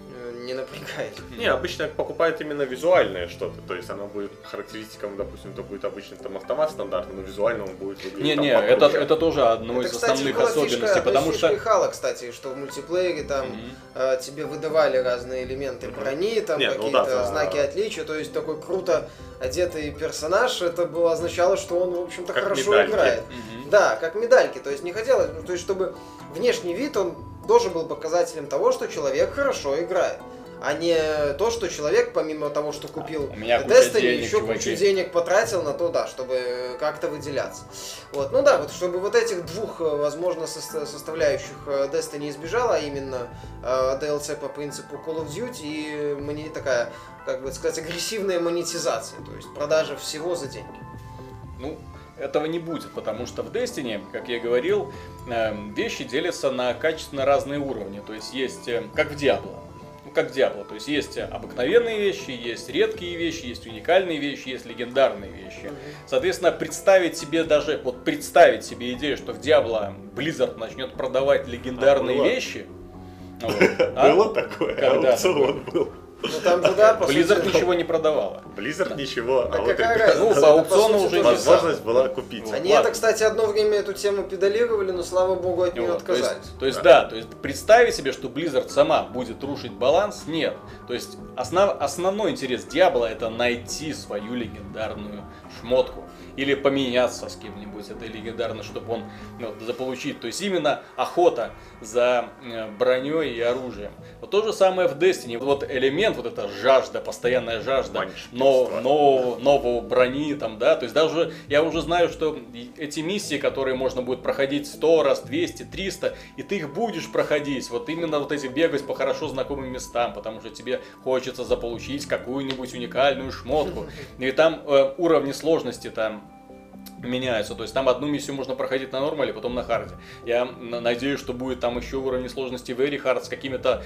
не напрягаясь. Не, обычно покупают именно визуальное что-то, то есть оно будет характеристикам, допустим, это будет обычный там автомат стандартный, но визуально он будет выглядеть. Не, не, это, это тоже одно это, из кстати, основных особенностей, фишка, потому что... Хала, кстати, что в мультиплеере там mm-hmm. э, тебе выдавали разные элементы mm-hmm. брони, там не, какие-то ну, да, знаки да. отличия, то есть такой круто одетый персонаж, это было означало, что он, в общем-то, как хорошо медальки. играет. Mm-hmm. Да, как медальки, то есть не хотелось, то есть чтобы внешний вид, он тоже был показателем того, что человек хорошо играет. А не то, что человек, помимо того, что купил Destiny, еще чуваки. кучу денег потратил на то, да, чтобы как-то выделяться. Вот. Ну да, вот чтобы вот этих двух, возможно, составляющих Destiny избежало, а именно ди эл си по принципу Call of Duty и мне такая, как бы сказать, агрессивная монетизация, то есть продажа всего за деньги. Ну, этого не будет, потому что в Destiny, как я говорил, вещи делятся на качественно разные уровни. То есть есть, как в Diablo. Как в Diablo, то есть есть обыкновенные вещи, есть редкие вещи, есть уникальные вещи, есть легендарные вещи. Mm-hmm. Соответственно, представить себе даже, вот представить себе идею, что в Diablo Blizzard начнет продавать легендарные а, вещи. Вот, а? Было такое, когда аукцион был. Ну там же, да, по Blizzard сути... ничего не продавала. Blizzard да. ничего, а, а а вот какая ну, по аукциону уже возможность была купить. Они Ладно. это, кстати, одно время эту тему педалировали, но слава богу от нее вот, отказались. То есть, то есть да. да, то есть представить себе, что Blizzard сама будет рушить баланс, нет. То есть основ, основной интерес Diablo это найти свою легендарную шмотку. Или поменяться с кем-нибудь этой легендарной, чтобы он ну, заполучить. То есть именно охота за броней и оружием. Вот то же самое в Destiny. Вот элемент, вот эта жажда, постоянная жажда но, но, нового брони. Там, да? То есть даже я уже знаю, что эти миссии, которые можно будет проходить сто раз, двести, триста, и ты их будешь проходить. Вот именно вот эти бегать по хорошо знакомым местам, потому что тебе хочется заполучить какую-нибудь уникальную шмотку. И там э, уровни сложности там меняются, то есть там одну миссию можно проходить на нормале, потом на харде. Я надеюсь, что будет там еще уровень сложности very hard с какими-то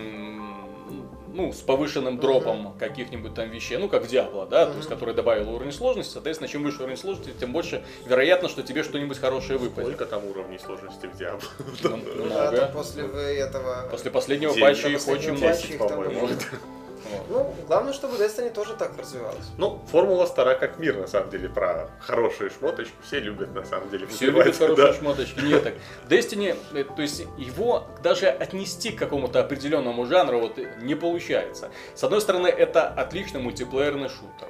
эм, ну, с повышенным дропом uh-huh. каких-нибудь там вещей, ну, как в Diablo, да, uh-huh. то есть, который добавил уровень сложности, соответственно, чем выше уровень сложности, тем больше вероятно, что тебе что-нибудь хорошее выпадет. Сколько там уровней сложности в Diablo? Ну, много. После этого... После последнего патча их очень много, по-моему. Ну, главное, чтобы Destiny тоже так развивалась. Ну, формула стара как мир, на самом деле, про хорошие шмоточки. Все любят, на самом деле. Все любят хорошие да. шмоточки. Нет, так. Destiny, то есть его даже отнести к какому-то определенному жанру вот, не получается. С одной стороны, это отличный мультиплеерный шутер.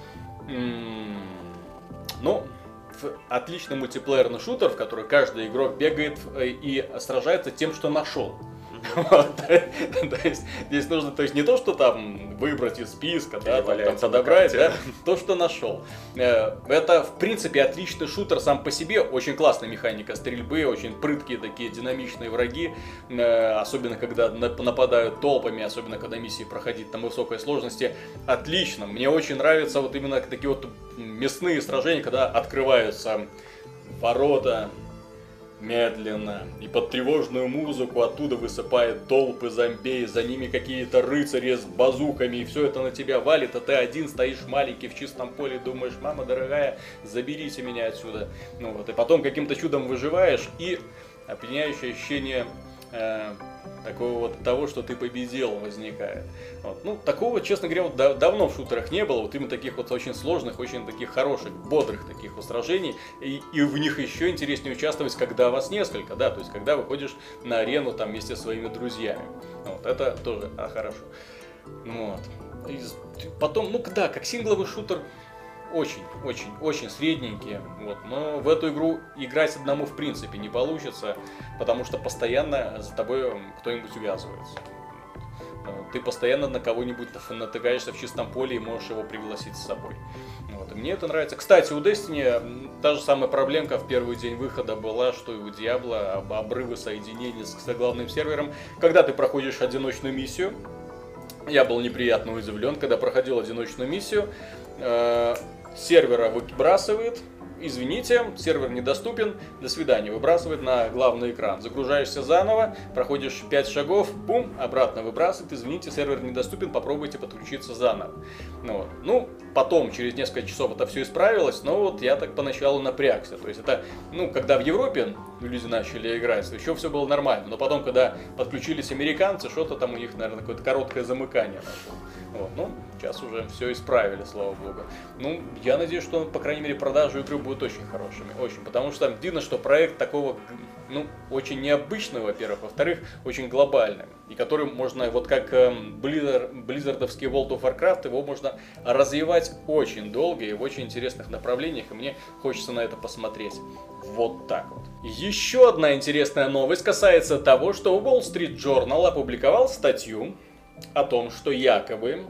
М-м-м, ну, отличный мультиплеерный шутер, в который каждый игрок бегает и сражается тем, что нашел. Вот, то есть здесь нужно, то есть не то, что там выбрать из списка, да, там, там подобрать, да, то, что нашел. Это в принципе отличный шутер сам по себе, очень классная механика стрельбы, очень прыткие такие динамичные враги, особенно когда нападают толпами, особенно когда миссии проходить на высокой сложности. Отлично, мне очень нравятся вот именно такие вот мясные сражения, когда открываются ворота медленно, и под тревожную музыку оттуда высыпают толпы зомбей, за ними какие-то рыцари с базуками, и все это на тебя валит, а ты один стоишь маленький в чистом поле, думаешь: мама дорогая, заберите меня отсюда. Ну вот, и потом каким-то чудом выживаешь, и опьяняющее ощущение э, такого вот того, что ты победил, возникает. Вот. Ну, такого, честно говоря, вот да, давно в шутерах не было, вот именно таких вот очень сложных, очень таких хороших, бодрых таких вот сражений, и, и в них еще интереснее участвовать, когда вас несколько, да, то есть когда выходишь на арену там вместе со своими друзьями. Вот, это тоже а, хорошо. Вот. И потом, ну да, как сингловый шутер, очень, очень, очень средненькие, вот, но в эту игру играть одному в принципе не получится, потому что постоянно за тобой кто-нибудь увязывается. Ты постоянно на кого-нибудь натыкаешься в чистом поле и можешь его пригласить с собой. Вот, и мне это нравится. Кстати, у Destiny та же самая проблемка в первый день выхода была, что и у Diablo, обрывы соединений с главным сервером. Когда ты проходишь одиночную миссию, я был неприятно удивлен, когда проходил одиночную миссию, э сервера выбрасывает, извините, сервер недоступен, до свидания, выбрасывает на главный экран. Загружаешься заново, проходишь пять шагов, бум, обратно выбрасывает, извините, сервер недоступен, попробуйте подключиться заново. Ну, вот. Ну, потом, через несколько часов это все исправилось, но вот я так поначалу напрягся. То есть это, ну, когда в Европе люди начали играть, еще все было нормально, но потом, когда подключились американцы, что-то там у них, наверное, какое-то короткое замыкание нашло. Вот, ну, сейчас уже все исправили, слава богу. Ну, я надеюсь, что, по крайней мере, продажи игры будут очень хорошими. Очень. Потому что видно, что проект такого, ну, очень необычный, во-первых. Во-вторых, очень глобальный. И который можно, вот как Blizzard, Blizzardовский World of Warcraft, его можно развивать очень долго и в очень интересных направлениях. И мне хочется на это посмотреть. Вот так вот. Еще одна интересная новость касается того, что Wall Street Journal опубликовал статью о том, что якобы,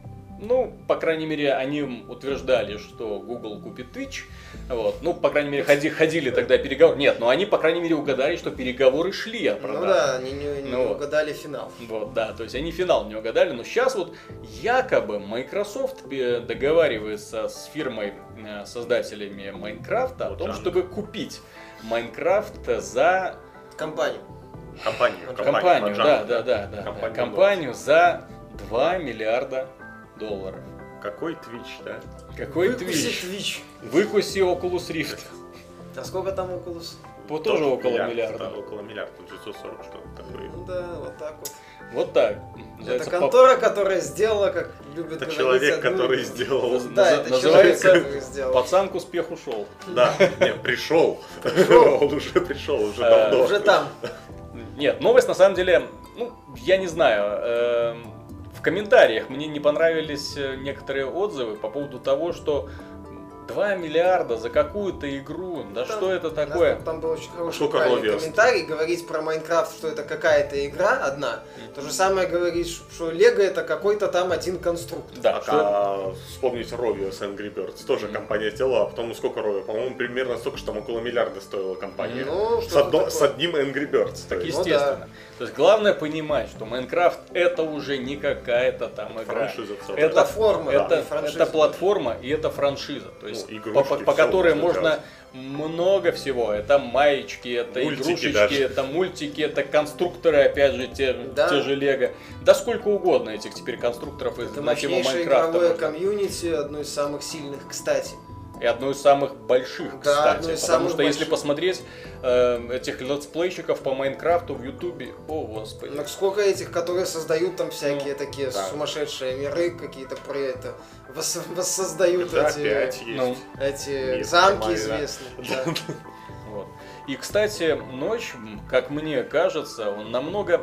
ну, по крайней мере, они утверждали, что Google купит Twitch, вот, ну, по крайней мере, ходи, ходили тогда переговоры, нет, но они, по крайней мере, угадали, что переговоры шли о продаже. Ну да, они не, не ну, угадали финал. Вот, да, то есть они финал не угадали, но сейчас вот якобы Microsoft договаривается с фирмой, создателями Майнкрафта о том, чтобы купить Майнкрафт за... Компанию. Компанию, компанию, компанию да, да, да, да, компанию, да, компанию за два миллиарда долларов. Какой Twitch, да? Какой Выкуси Twitch? Twitch. Выкуси Oculus Rift. А сколько там Oculus? Вот тоже, тоже около миллиард, миллиарда. Да, около миллиарда, девятьсот сорок что-то такое. Ну да, вот так вот. Вот так. Это контора, по... которая сделала, как любит это говорить, человек, одну... который сделал. Да, это называется человек, который сделал. Пацан к успеху шел. Да, нет, пришел. Он уже пришел, уже давно. Уже там. Нет, новость на самом деле, ну, я не знаю. В комментариях мне не понравились некоторые отзывы по поводу того, что два миллиарда за какую-то игру, да там, что это такое? Там, там был очень хороший Сколько правильный комментарий, говорить про Майнкрафт, что это какая-то игра одна, mm-hmm. то же самое говорить, что Лего это какой-то там один конструкт. Да, а что... вспомнить Rovio с Angry Birds, тоже mm-hmm. компания сделала, а потом сколько Rovio? По-моему, примерно столько, что там около миллиарда стоила компания. Ну, с, одно, с одним Angry Birds. Так, естественно. Ну, да. То есть главное понимать, что Майнкрафт это уже не какая-то там игра. Франшиза целая. Это платформа, это, да, это платформа и это франшиза. То есть ну, по, по, по которой можно много всего. Это маечки, это мультики игрушечки, даже. Это мультики, это конструкторы, опять же, те, да. те же Лего. Да сколько угодно этих теперь конструкторов это на тему Майнкрафта. Это мощнейшее игровое комьюнити, одно из самых сильных, кстати. И одно из самых больших, да, кстати. одно из Потому самых что больших. если посмотреть э, этих летсплейщиков по Майнкрафту в Ютубе, о господи. Ну сколько этих, которые создают там всякие ну, такие да. сумасшедшие миры, какие-то про это вос- воссоздают да, эти, ну, эти замки известные. Да. Вот. И, кстати, Ночь, как мне кажется, он намного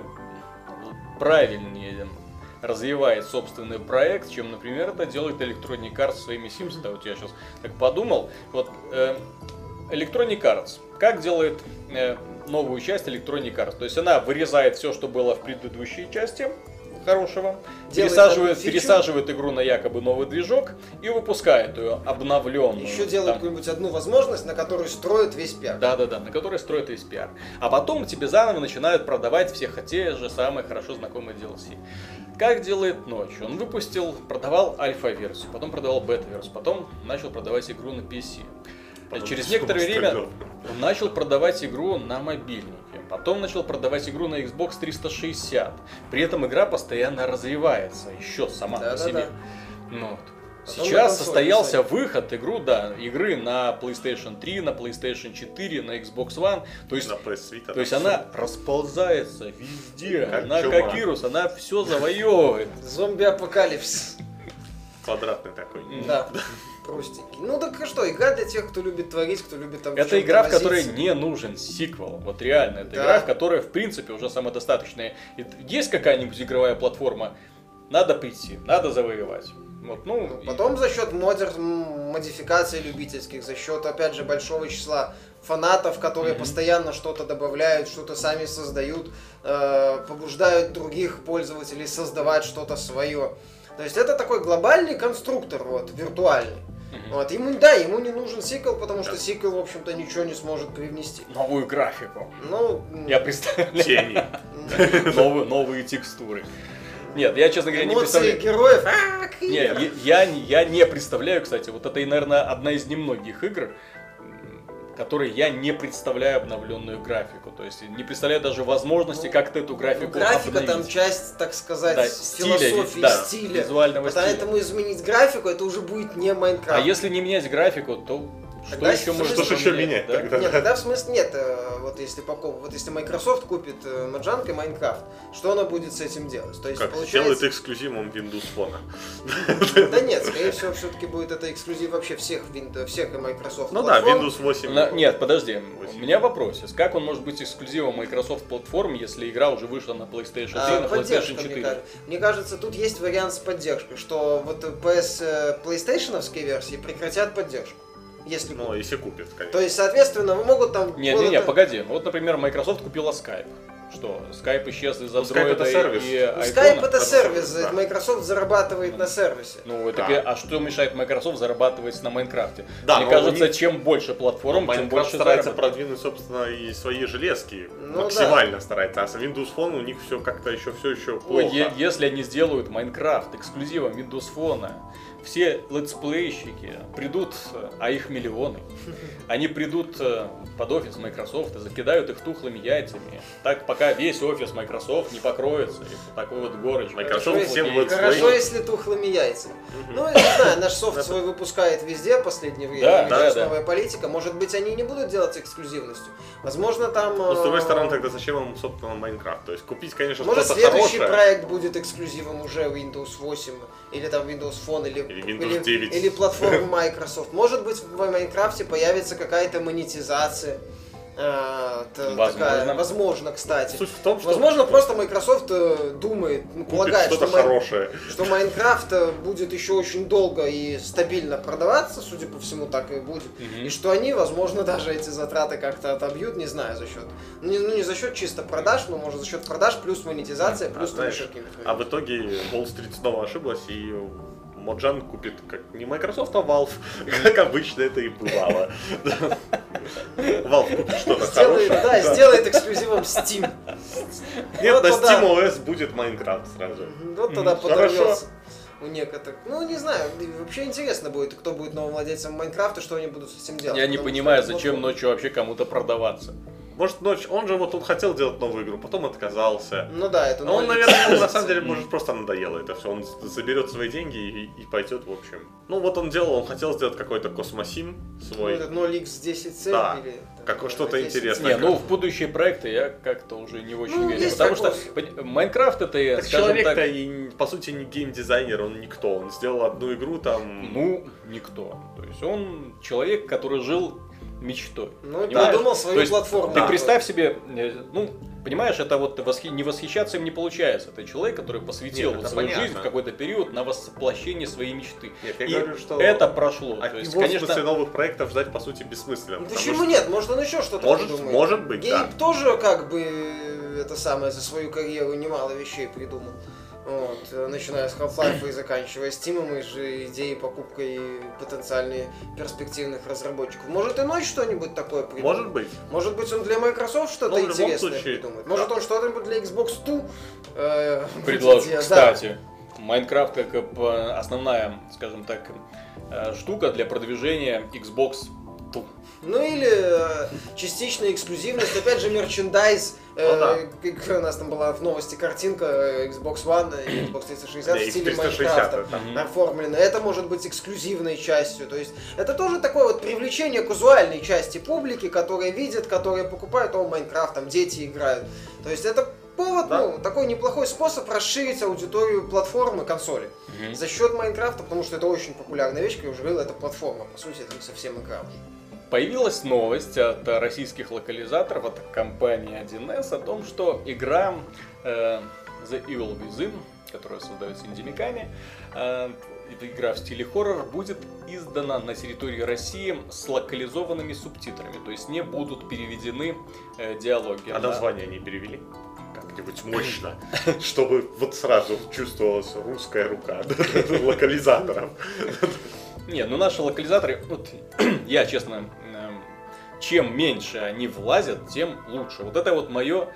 правильнее развивает собственный проект, чем, например, это делает Electronic Arts своими Sims. Да, вот я сейчас так подумал. Вот э, Electronic Arts, как делает э, новую часть Electronic Arts? То есть она вырезает все, что было в предыдущей части хорошего, пересаживает, пересаживает игру на якобы новый движок и выпускает ее обновленную. Еще делает какую-нибудь одну возможность, на которую строит весь пиар. Да-да-да, на которой строит весь пиар. А потом тебе заново начинают продавать всех те же самые хорошо знакомые ди эл си. Как делает Ночь? Он выпустил, продавал альфа-версию, потом продавал бета-версию, потом начал продавать игру на пи си. потом Через всё некоторое время остальное. он начал продавать игру на мобильнике. Потом начал продавать игру на Xbox триста шестьдесят. При этом игра постоянно развивается. Еще сама Да, по да, себе. да. Ну, вот. Потом на Сейчас консоли, состоялся кстати. выход игру, да, игры на PlayStation три, на PlayStation четыре, на Xbox One. То есть, На пи эс Vita. то есть она расползается везде. Как она чума. как вирус, она все завоевывает. Зомби-апокалипсис. Квадратный такой. Да, простенький. Ну так и что, игра для тех, кто любит творить, кто любит там Это чем-то игра, в которой возиться. не нужен сиквел. Вот реально. Это Да. игра, в которой, в принципе, уже самодостаточная. И есть какая-нибудь игровая платформа, надо прийти, надо завоевать. Вот, ну, Ну, и- Потом за счет модер, м, модификаций любительских, за счет, опять же, большого числа фанатов, которые Мгм. постоянно что-то добавляют, что-то сами создают, э, побуждают других пользователей создавать что-то свое. То есть это такой глобальный конструктор, вот, виртуальный. Мгм. Вот, ему, да, ему не нужен сиквел, потому что Да. сиквел, в общем-то, ничего не сможет привнести. новую графику. Ну, м, Я представляю. Тени. м, Новые, новые текстуры. Нет, я, честно говоря, не эмоции представляю. героев. А, Не, Киллер. я, я, не- я не представляю, кстати, вот это, наверное, одна из немногих игр, м, которые я не представляю обновленную графику. То есть не представляю даже возможности Ну, как-то эту Ну, графику графика там обновить. часть, так сказать, Да, стиля, философии да, стиля. визуального Вот стиля. Поэтому изменить графику, это уже будет не А Майнкрафт. если не менять графику, то что Тогда еще что можно Что ж еще поменять, менять да? тогда? Нет, тогда в смысле нет. э, Вот если покуп- вот если Microsoft купит э, Mojang и Майнкрафт, что она будет с этим делать? То есть Как получается... сделает эксклюзивом Windows Phone. Да нет, скорее всего, все-таки будет это эксклюзив вообще всех, Win- всех и Microsoft Ну да, платформ. Windows восемь. На- нет, подожди, восемь. у меня вопрос. есть. Как он может быть эксклюзивом Microsoft платформ, если игра уже вышла на PlayStation три, А, на поддержка, PlayStation мне четыре? кажется. Мне кажется, тут есть вариант с поддержкой, что вот пи эс э, PlayStation-овские версии прекратят поддержку. Если Ну, будут. если купит, конечно. То есть, соответственно, вы могут там... Не, вот не, не, это- погоди. Вот, например, Microsoft купила Skype. Что, Skype исчез из Ну, Skype это Android сервис. и Ну, iPhone? Skype это это сервис, да. Microsoft зарабатывает на сервисе. Ну, это, Да. а что мешает Microsoft зарабатывать на Майнкрафте? Да, Мне но кажется, у них- чем больше платформ, тем Майнкрафт больше старается заработок. продвинуть, собственно, и свои железки. Ну Максимально старается. А с Windows Phone у них все как-то еще все еще Ой, плохо. е- если они сделают Майнкрафт эксклюзивом Windows Phone, все летсплейщики придут, а их миллионы. Они придут э, под офис Microsoft и закидают их тухлыми яйцами. Так пока весь офис Microsoft не покроется. И такой вот горочкой. Microsoft Хорошо, всем Вот летсплей- и- Хорошо, если тухлыми яйцами. Ну, я не знаю, наш софт свой выпускает везде в последнее время. Да, и да, сейчас да. новая политика. Может быть, они не будут делать эксклюзивностью. Возможно, там... Но с другой э, стороны, тогда зачем им, собственно, Майнкрафт? То есть купить, конечно, Может, что-то следующий хорошее. проект будет эксклюзивом уже Windows восемь, или там Windows Phone, или, Или Windows девять. или платформы Microsoft. Может быть, в Майнкрафте появится какая-то монетизация. э, т- Возможно. такая, возможно, кстати. Суть в том, что Возможно, просто Microsoft э, думает, ну, купит полагает, что-то что, Май- хорошее. что Майнкрафт э, будет еще очень долго и стабильно продаваться, судя по всему, так и будет. Мгм. И что они, возможно, даже эти затраты как-то отобьют, не знаю, за счет. Ну не, ну, не за счет чисто продаж, но может за счет продаж плюс монетизация, А плюс там знаешь, еще какие-то. А в итоге Wall Street снова ошиблась, и Mojang купит как не Microsoft, а Valve. Как обычно это и бывало. Valve купит что-то Сделает, хорошее. да, сделает эксклюзивом Steam. Нет, Вот на тогда- SteamOS будет Minecraft сразу. Вот тогда Мгм, подорвется. хорошо. У некоторых. Ну, не знаю, и вообще интересно будет, кто будет новым владельцем Майнкрафта, что они будут с этим делать. Я не потому понимаю, что это зачем платформа. ночью вообще кому-то продаваться. Может, ночь, он же вот он хотел делать новую игру, потом отказался. Ну да, это Но он, ноль наверное, ему на икс. самом деле, может, просто надоело это все. Он заберет свои деньги и, и пойдет, в общем. Ну, вот он делал, он хотел сделать какой-то космосим Ну, свой. этот ноль икс десять си Да. или... там, Как что-то десять си. интересное. Не, ну в будущие проекты я как-то уже не очень Ну, верю. есть Потому что такое. пони- Майнкрафт это, Так скажем человек-то так, и, по сути, не геймдизайнер, он никто. Он сделал одну игру там... ну, никто. То есть он человек, который жил мечтой. Ну, Понимаешь? придумал свою То есть платформу. Ты Да. представь себе, э, ну, понимаешь, это вот восхи- не восхищаться им не получается. Это человек, который посвятил Нет, вот это свою понятно. жизнь в какой-то период на воплощение своей мечты. Нет, я И говорю, что это прошло. от То есть, него, в конечно, смысле, новых проектов ждать, по сути, бессмысленно. Ну, потому почему что- нет? Может, он еще что-то Может, придумает. может быть, Гейб да. тоже, как бы, это самое, за свою карьеру немало вещей придумал. Вот, э, начиная с Half-Life и заканчивая Steam, и же идеи покупкой потенциальных перспективных разработчиков. Может, и ночь что-нибудь такое придумает? Может быть. Может быть, он для Microsoft что-то Ну, в любом интересное случае, придумает. да. Может, он что-нибудь для Xbox два э, будет предложишь. делать. Да. Кстати, Майнкрафт как э, основная, скажем так, э, штука для продвижения Xbox Ту. Ну или э, частичная эксклюзивность, опять же мерчендайз. Э, Ну, как у нас там была в новости картинка э, Xbox One и Xbox триста шестьдесят Да, в стиле икс триста шестьдесят, Майнкрафта да. оформлено. Это может быть эксклюзивной частью. То есть это тоже такое вот привлечение казуальной части публики, которые видят, которые покупают, о, Майнкрафт, там дети играют. То есть это повод, Да. ну, такой неплохой способ расширить аудиторию платформы, консоли. Мгм. За счет Майнкрафта, потому что это очень популярная вещь, как я уже говорил, это платформа, по сути, это не совсем игра уже. Появилась новость от э, российских локализаторов, от компании один эс, о том, что игра э, The Evil Within, которая создается индимиками, э, эта игра в стиле хоррор, будет издана на территории России с локализованными субтитрами, то есть не будут переведены э, диалоги. А на- название не перевели? Как-нибудь мощно, чтобы вот сразу чувствовалась русская рука локализаторов. Не, ну наши локализаторы, вот я честно, эм, чем меньше они влазят, тем лучше. Вот это вот мое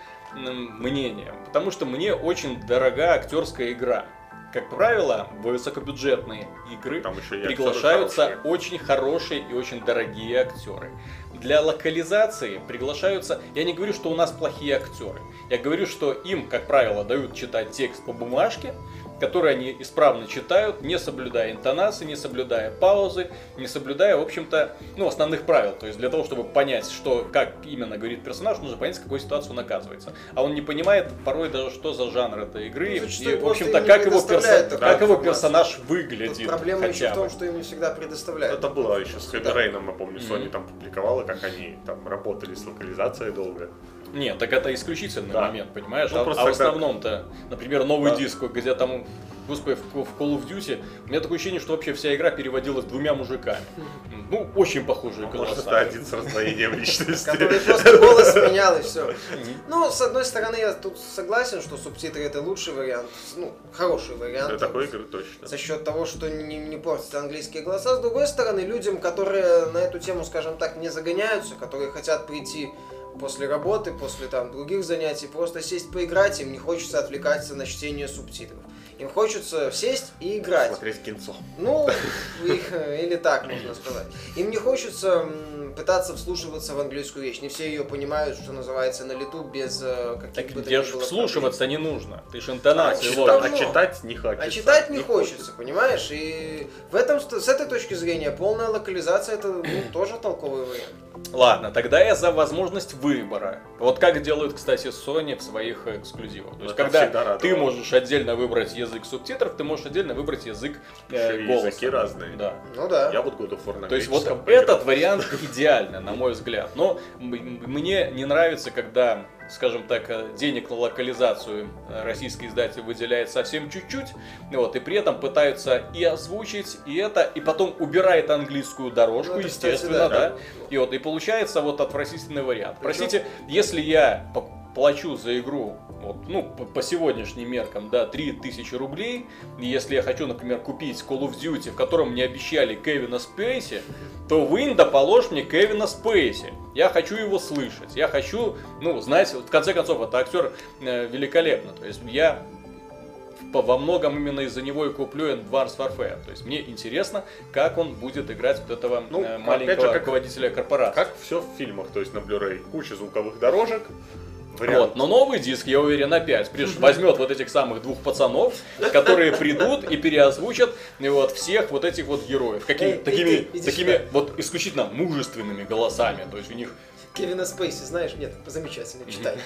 мнение, потому что мне очень дорога актерская игра. Как правило, в высокобюджетные игры Там еще и приглашаются актеры хорошие. очень хорошие и очень дорогие актеры. Для локализации приглашаются, я не говорю, что у нас плохие актеры, я говорю, что им, как правило, дают читать текст по бумажке, который они исправно читают, не соблюдая интонации, не соблюдая паузы, не соблюдая, в общем-то, ну, основных правил. То есть для того, чтобы понять, что, как именно говорит персонаж, нужно понять, в какой ситуации он оказывается. А он не понимает порой даже, что за жанр этой игры, Ну, зачастую и, в просто общем-то, им не как его, предоставляют перso- такую как его информацию. персонаж выглядит. Тут проблема еще хотя в бы. том, что им не всегда предоставляют. Это было еще с Heavy Да. Rain, я помню, Sony Мгм. там публиковала, как они там работали с локализацией долго. Нет, так это исключительный Да. момент, понимаешь? Ну, а, просто а в когда- основном-то, например, новый Да. диск, где там, господи, в, в Call of Duty, у меня такое ощущение, что вообще вся игра переводилась двумя мужиками. Ну, очень похожие А может, голоса. это один с раздвоением личности. Который просто голос менял и все. Ну, с одной стороны, я тут согласен, что субтитры это лучший вариант, ну, хороший вариант. Для такой игры точно. За счет того, что не, не портятся английские голоса. С другой стороны, людям, которые на эту тему, скажем так, не загоняются, которые хотят прийти после работы, после там других занятий, просто сесть поиграть, им не хочется отвлекаться на чтение субтитров. Им хочется сесть и играть. Смотреть кинцо. Ну, их, или так можно сказать. Им не хочется м, пытаться вслушиваться в английскую речь. Не все ее понимают, что называется, на лету без э, Так каких бы то тебе ни ж было вслушиваться не нужно. Ты ж А, интонации чита- ловишь. а читать не хочется. А читать не хочется, понимаешь? И в этом, ст- с этой точки зрения полная локализация это ну, тоже толковый вариант. Ладно, тогда я за возможность выбора. Вот как делают, кстати, Sony в своих эксклюзивах. То есть, Это когда всегда радовало. ты можешь отдельно выбрать язык субтитров, ты можешь отдельно выбрать язык э, Еще и голоса. языки разные. Да. Ну да. Я вот God of War на То есть вот греческом поиграл. этот вариант идеальный, на мой взгляд. Но м- мне не нравится, когда, скажем так, э, денег на локализацию э, российский издатель выделяет совсем чуть-чуть, вот, и при этом пытаются и озвучить, и это, и потом убирает английскую дорожку, Ну, это, кстати, естественно, да. да. И вот, и получается вот отвратительный вариант. Причем- Простите, если я по- плачу за игру, вот, ну, по, по сегодняшним меркам, да, три тысячи рублей, и если я хочу, например, купить Call of Duty, в котором мне обещали Кевина Спейси, то вы да положь мне Кевина Спейси. Я хочу его слышать, я хочу, ну, знать, в конце концов, это актер э, великолепно, то есть я по- во многом именно из-за него и куплю Advanced Warfare. То есть мне интересно, как он будет играть вот этого Ну, э, опять маленького же, как- руководителя корпорации. Как все в фильмах, то есть на Blu-ray куча звуковых дорожек, вариант. Вот, но новый диск, я уверен, опять приш- возьмет вот этих самых двух пацанов, которые придут и переозвучат и вот всех вот этих вот героев. Какими, Эй, такими, иди, иди такими сюда. вот исключительно мужественными голосами. То есть у них Кевина Спейси, знаешь, нет, замечательно, читай.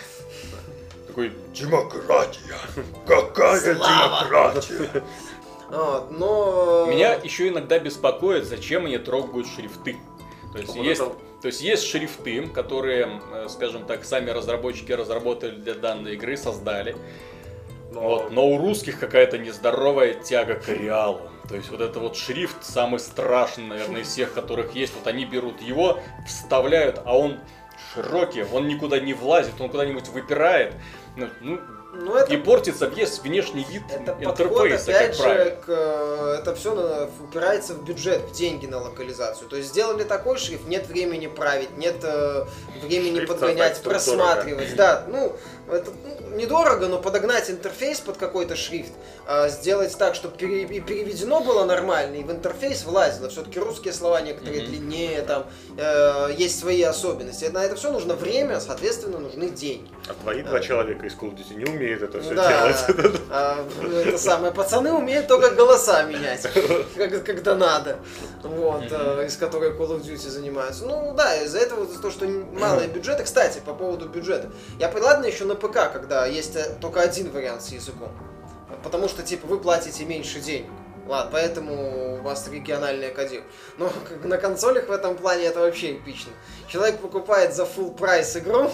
такой Демократия! Какая демократия? Вот, но... Меня еще иногда беспокоит, зачем они трогают шрифты. То есть, Вот есть, это- то есть есть шрифты, которые, э, скажем так, сами разработчики разработали для данной игры, создали. Но- Вот, но у русских какая-то нездоровая тяга к реалу. То есть вот это вот шрифт самый страшный, наверное, из всех, которых есть. Вот они берут его, вставляют, а он широкий, он никуда не влазит, он куда-нибудь выпирает. Ну, ну, Ну, это... И портится весь внешний вид Это подход, интерфейса, опять как же, правило. к, это все упирается в бюджет, в деньги на локализацию. То есть сделали такой шрифт, нет времени править, нет э, времени Шрифт подгонять, создать просматривать. Да, ну, это ну, недорого, но подогнать интерфейс под какой-то шрифт, э, сделать так, чтобы пере, и переведено было нормально, и в интерфейс влазило. Все-таки русские слова некоторые mm-hmm. длиннее, там э, есть свои особенности. На это все нужно время, соответственно, нужны деньги. А твои два человека из Call of Duty не умеют это все Да, делать. а, это самое. Пацаны умеют только голоса менять, как- когда надо. Вот, э, из которых Call of Duty занимаются. Ну да, из-за этого то, что малые бюджеты. Кстати, по поводу бюджета. Я ладно еще на ПК, когда есть э, только один вариант с языком. Потому что, типа, вы платите меньше денег. Ладно, поэтому у вас региональные кодировки. Но как на консолях в этом плане это вообще эпично. Человек покупает за full прайс игру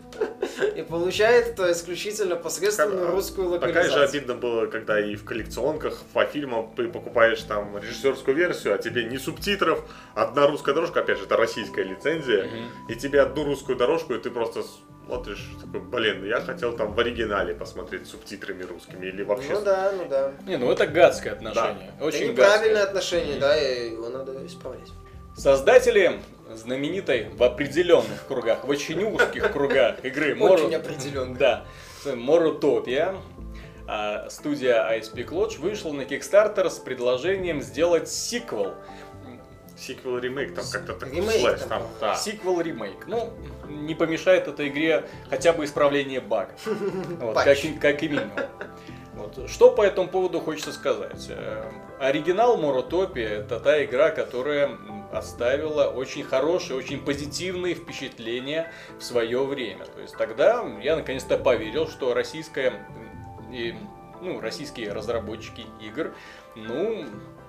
и получает это исключительно посредством русскую локализацию. Такая же обидно было, когда и в коллекционках по фильмам ты покупаешь там режиссерскую версию, а тебе ни субтитров, одна русская дорожка, опять же, это российская лицензия, mm-hmm. и тебе одну русскую дорожку, и ты просто смотришь, такой, блин, я хотел там в оригинале посмотреть с субтитрами русскими или вообще... Ну да, ну да. Не, ну это гадское отношение. Да. Очень это неправильное гадское. отношение, да, и его надо исправлять. Создатели знаменитой в определенных кругах, в очень узких кругах игры Очень определенных. Да, Morotopia, студия ай эс пи Lodge вышла на Kickstarter с предложением сделать сиквел. Сиквел ремейк, там как-то так Ремейк слэш, там, там, да. да. Сиквел ремейк. Ну, не помешает этой игре хотя бы исправление багов. Вот, как, Патч. как и минимум. Вот. Что по этому поводу хочется сказать? Э, Оригинал Morotopia — это та игра, которая оставила очень хорошие, очень позитивные впечатления в свое время. То есть тогда я наконец-то поверил, что российская, и, ну, российские разработчики игр, ну,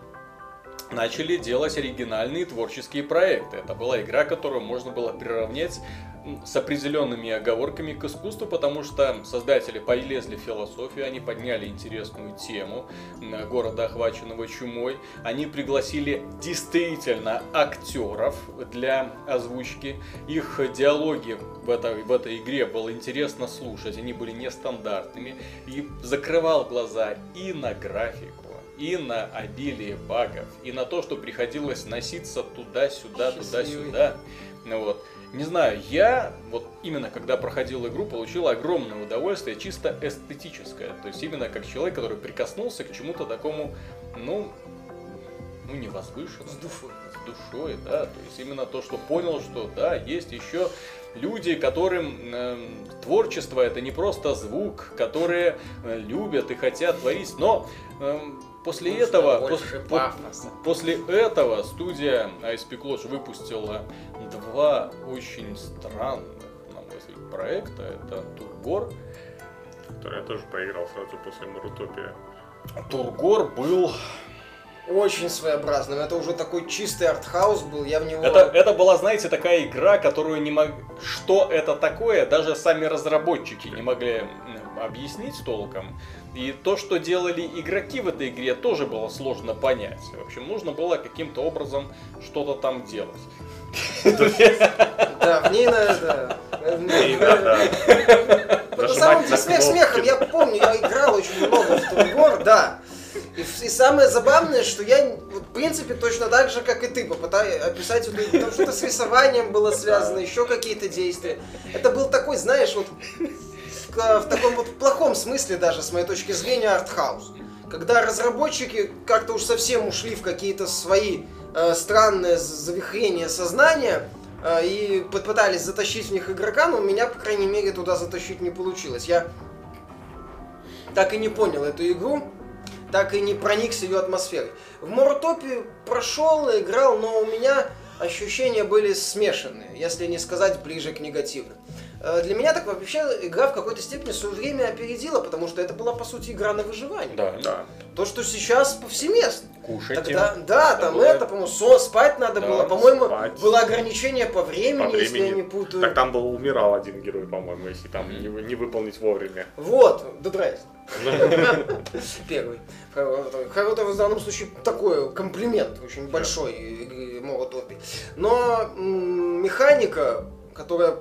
начали делать оригинальные творческие проекты. Это была игра, которую можно было приравнять с определенными оговорками к искусству, потому что создатели полезли в философию, они подняли интересную тему города, охваченного чумой, они пригласили действительно актеров для озвучки, их диалоги в этой, в этой игре было интересно слушать, они были нестандартными, и закрывал глаза и на графику, и на обилие багов, и на то, что приходилось носиться туда-сюда, туда-сюда. Вот. Не знаю, я вот именно когда проходил игру, получил огромное удовольствие, чисто эстетическое. То есть именно как человек, который прикоснулся к чему-то такому, ну, ну не возвышенному. С душой. С душой, да. То есть именно то, что понял, что да, есть еще люди, которым э, творчество это не просто звук, которые э, любят и хотят творить, но э, после Нужно этого, больше пос, пафоса. после этого студия ай эс пи Lodge выпустила два очень странных, на мой взгляд, проекта. Это Тургор. Который я тоже поиграл сразу после Morotopia. Тургор был... Очень своеобразным. Это уже такой чистый артхаус был, я в него... Это, это была, знаете, такая игра, которую не мог... Что это такое, даже сами разработчики не могли объяснить толком. И то, что делали игроки в этой игре, тоже было сложно понять. В общем, нужно было каким-то образом что-то там делать. Да, в ней надо... На самом деле, смех смехом, я помню, я играл очень много в Тургор, да. И, и самое забавное, что я, вот, в принципе, точно так же, как и ты, попытаюсь описать, вот, там что-то с рисованием было связано, еще какие-то действия. Это был такой, знаешь, вот в, в таком вот плохом смысле даже, с моей точки зрения, артхаус. Когда разработчики как-то уж совсем ушли в какие-то свои э, странные завихрения сознания э, и попытались затащить в них игрока, но у меня, по крайней мере, туда затащить не получилось. Я так и не понял эту игру, так и не проникся ее атмосферой. В Morotopia прошел, играл, но у меня ощущения были смешанные, если не сказать ближе к негативным. Для меня так вообще игра в какой-то степени свое время опередила, потому что это была, по сути, игра на выживание. Да, да. То, что сейчас повсеместно. Кушать. Тогда, да, там было... это, по-моему, сон, спать надо да, было. По-моему, спать. было ограничение по времени, По если времени. я не путаю. Так там был, умирал один герой, по-моему, если там не, не выполнить вовремя. Вот, Dead Rising. Первый. Это в данном случае такой комплимент очень большой игры Morotopia. Но м- механика, которая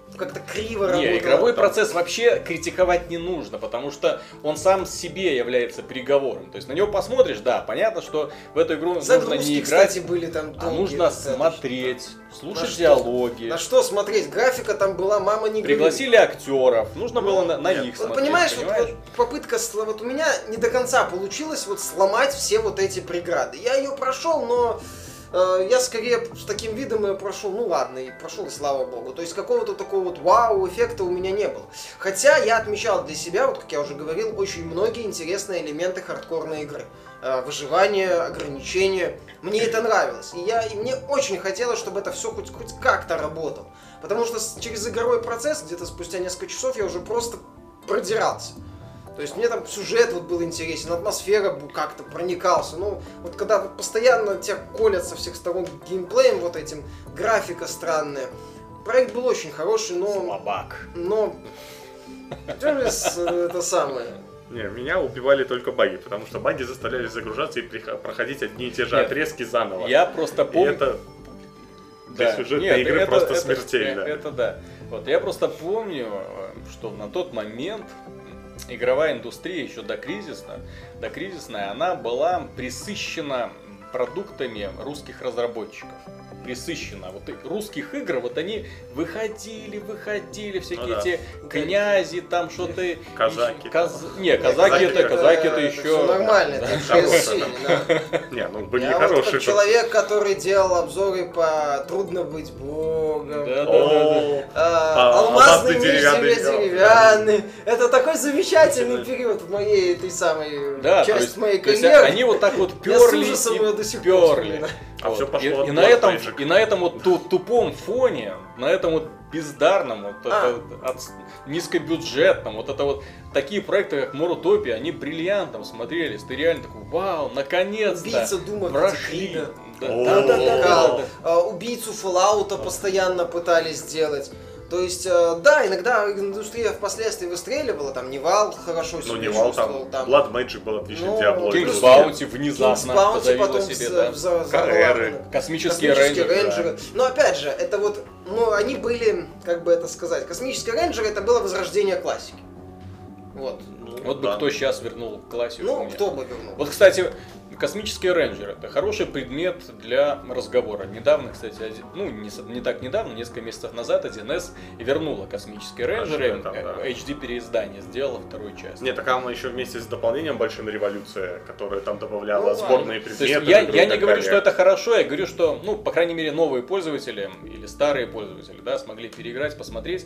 как-то криво Не, работала. игровой процесс вообще критиковать не нужно, потому что он сам себе является приговором. То есть на него посмотришь, да, понятно, что в эту игру нужно Загрузки, не играть, кстати, были там а долгие нужно достаточно. смотреть, слушать На что? диалоги. На что смотреть? Графика там была, мама не говорит. Пригласили актеров, нужно Ну, было на, на нет. них Вот смотреть, понимаешь, вот, понимаешь? вот попытка, сл- вот у меня не до конца получилось вот сломать все вот эти преграды. Я ее прошел, но э, я скорее с таким видом ее прошел, ну ладно, и прошел, и слава богу. То есть какого-то такого вот вау-эффекта у меня не было. Хотя я отмечал для себя, вот как я уже говорил, очень многие интересные элементы хардкорной игры. Э, выживание, ограничения. Мне это нравилось. И, я, и мне очень хотелось, чтобы это все хоть, хоть как-то работало. Потому что с- через игровой процесс, где-то спустя несколько часов, я уже просто продирался. То есть мне там сюжет вот был интересен, атмосфера бу- как-то проникался. Ну, вот когда вот постоянно тебя колят со всех сторон геймплеем вот этим, графика странная. Проект был очень хороший, но... Слабак. Но... Джервис, э, это самое... Не, меня убивали только баги, потому что баги заставляли загружаться и прих- проходить одни и те же Нет, отрезки заново. Я просто И помню... это для Да. сюжетной Нет, игры это- просто это- смертельно. Это, это да. Вот я просто помню, что на тот момент игровая индустрия еще до кризиса, до кризисная, она была присыщена продуктами русских разработчиков. Присыщена. Вот и русских игр, вот они выходили, выходили, всякие Ну да. эти князи, там что-то... Казаки. Каз... Не, казаки это, казаки это еще... Все нормально, это Да. же сильно, да. Не, ну были Я и вот хорошие. как человек, который делал обзоры по «Трудно быть богом», Да, да, да, да. О, а, А, «Алмазный алмазный меч деревянный деревянный». Это такой замечательный период в моей этой самой Да, то части есть, моей то есть карьеры. они вот так вот Я с перли ужасом и его до сих пор перли. вспоминаю. А всё пошло и, от и на Blood этом, Magic. и на этом вот ту- тупом фоне, на этом вот бездарном, вот А. это, от, низкобюджетном, вот это вот такие проекты, как Морутопия, они бриллиантом смотрелись. Ты реально такой, вау, наконец-то Убийца Дума прошли. Пятикрида. Да, О. да, да, да, да, Уникал. да. А, Убийцу Fallout постоянно пытались сделать. То есть, э, да, иногда индустрия впоследствии выстреливала, там Невал хорошо Ну, себя не вал, чувствовал, там, Blood Magic был отличный, Ну, Diablo. King's King's был. Bounty King's внезапно Bounty заявила потом себе, за- да. за- за Кареры. главное. Космические, Космические рейнджеры. рейнджеры. Но опять же, это вот, ну, они были, как бы это сказать, космические рейнджеры это было возрождение классики. Вот. Ну, Вот бы да. кто сейчас вернул классику. Ну, мне. кто бы вернул. Вот, кстати, космические рейнджеры это хороший предмет для разговора. Недавно, кстати, один- ну не, с- не так недавно, несколько месяцев назад один эс вернула космические рейнджеры, там, да. э, эйч ди переиздание сделала вторую часть. Нет, так она еще вместе с дополнением Большим Революция, которая там добавляла Ну, ладно. сборные То есть предметы. я, в игру я и не так говорю, далее. что это хорошо, я говорю, что, ну, по крайней мере, новые пользователи или старые пользователи, да, смогли переиграть, посмотреть.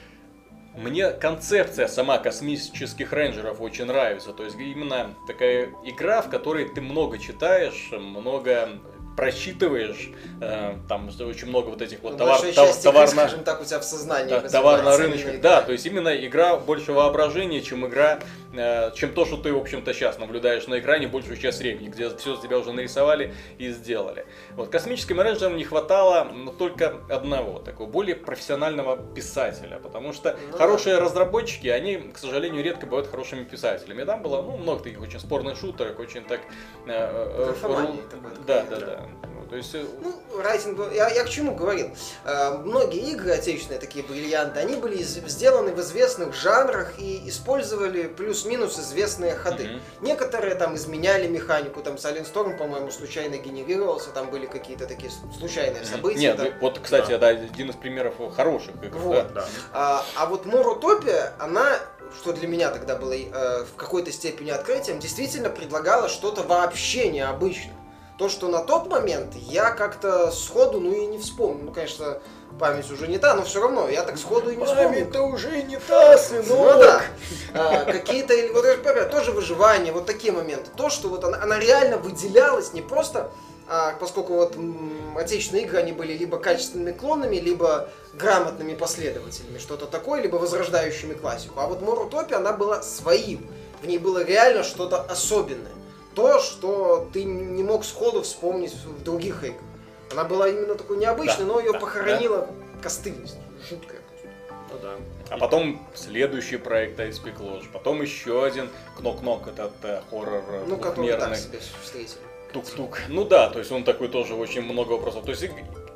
Мне концепция сама космических рейнджеров очень нравится. То есть именно такая игра, в которой ты много читаешь, много просчитываешь, э, там очень много вот этих вот Ну, товар, большая тов- часть игры, товарно- скажем так, у тебя в сознании да, развивается, товарно-рыночных. именно Да, игра. то есть именно игра больше воображения, чем игра, э, чем то, что ты, в общем-то, сейчас наблюдаешь на экране большую часть времени, где все тебя уже нарисовали и сделали. Вот космическим рейнджерам не хватало ну, только одного, такого более профессионального писателя, потому что Ну, хорошие разработчики, они, к сожалению, редко бывают хорошими писателями. И там было ну, много таких очень спорных шутерок, очень так... э, э, Графомании ру- такой, Да, такой, да, да. Ну, то есть... э, Ну, райтинг, был- я, я к чему говорил? Э, многие игры отечественные, такие бриллианты, они были из- сделаны в известных жанрах и использовали плюс-минус известные ходы. Мгм. Некоторые там изменяли механику, там Silent Storm, по-моему, случайно генерировался, там были какие-то такие с- случайные события. Нет, там. ну, вот, кстати, Да. это один из примеров хороших игр. Вот. да. Да. А, а вот Морутопия, она, что для меня тогда было э, в какой-то степени открытием, действительно предлагала что-то вообще необычное. То, что на тот момент я как-то сходу, ну и не вспомнил. Ну, конечно, память уже не та, но все равно, я так сходу и не вспомнил. уже не та, Ну да. А, какие-то, или вот например, тоже выживание, вот такие моменты. То, что вот она, она реально выделялась не просто, а, поскольку вот м, отечественные игры, они были либо качественными клонами, либо грамотными последователями, что-то такое, либо возрождающими классику. А вот Морутопия, она была своим. В ней было реально что-то особенное. То, что ты не мог сходу вспомнить в других играх. Она была именно такой необычной, Да, но ее да, похоронила костыльность. Жуткая. Ну да. А потом следующий проект Ice Lodge, потом еще один Кнок-Нок, этот э, хоррор э, Ну, который так двухмерный. себе встретили. Тук-тук. Ну да, то есть он такой тоже очень много вопросов. То есть иг-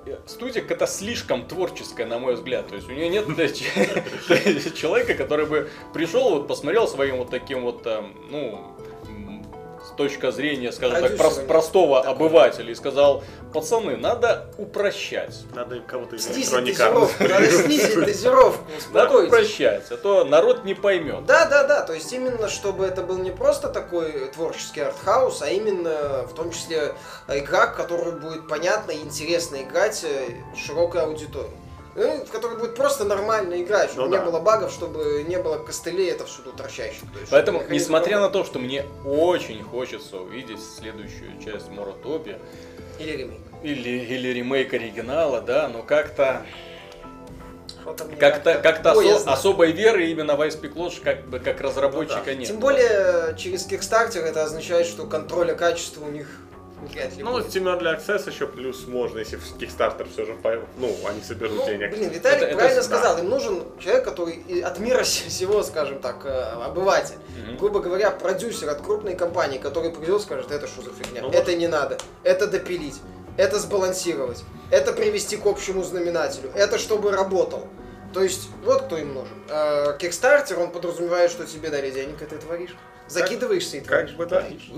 студия какая-то слишком творческая, на мой взгляд. То есть у нее нет человека, который бы пришел, вот посмотрел своим вот таким вот, ну, с точки зрения, скажем так, прос- простого обывателя и сказал: пацаны, надо упрощать. Надо кого-то из Снизить электроника. дозировку, надо снизить дозировку, Надо успокойтесь. упрощать, а то народ не поймет. Да, да, да, то есть именно чтобы это был не просто такой творческий артхаус, а именно в том числе игра, в которую будет понятно и интересно играть широкой аудитории. Ну, в которой будет просто нормально играть, чтобы Ну, не да. было багов, чтобы не было костылей, это всюду торчащих. То есть, Поэтому, чтобы несмотря на работал. то, что мне очень хочется увидеть следующую часть Моратопии Или ремейк. или, или ремейк оригинала, да, но как-то Что-то мне как-то, как-то осо- боязно. особой веры именно в Ice Peak Lodge как бы как разработчика Ну да. нет. Тем более через Kickstarter это означает, что контроля качества у них вряд ли Ну, будет. Steam Early Access еще плюс можно, если в Kickstarter все же, по- ну, они соберут Ну, денег. блин, Виталик Это- это правильно да. сказал, им нужен человек, который и от мира всего, скажем так, э, обыватель. Мгм. Грубо говоря, продюсер от крупной компании, который придет и скажет: это что за фигня, Ну, это вот. не надо, это допилить, это сбалансировать, это привести к общему знаменателю, это чтобы работал. То есть, вот кто им нужен. Э, Kickstarter, он подразумевает, что тебе дали денег, и ты творишь. Закидываешься и творишь. Как бы да. Творишь.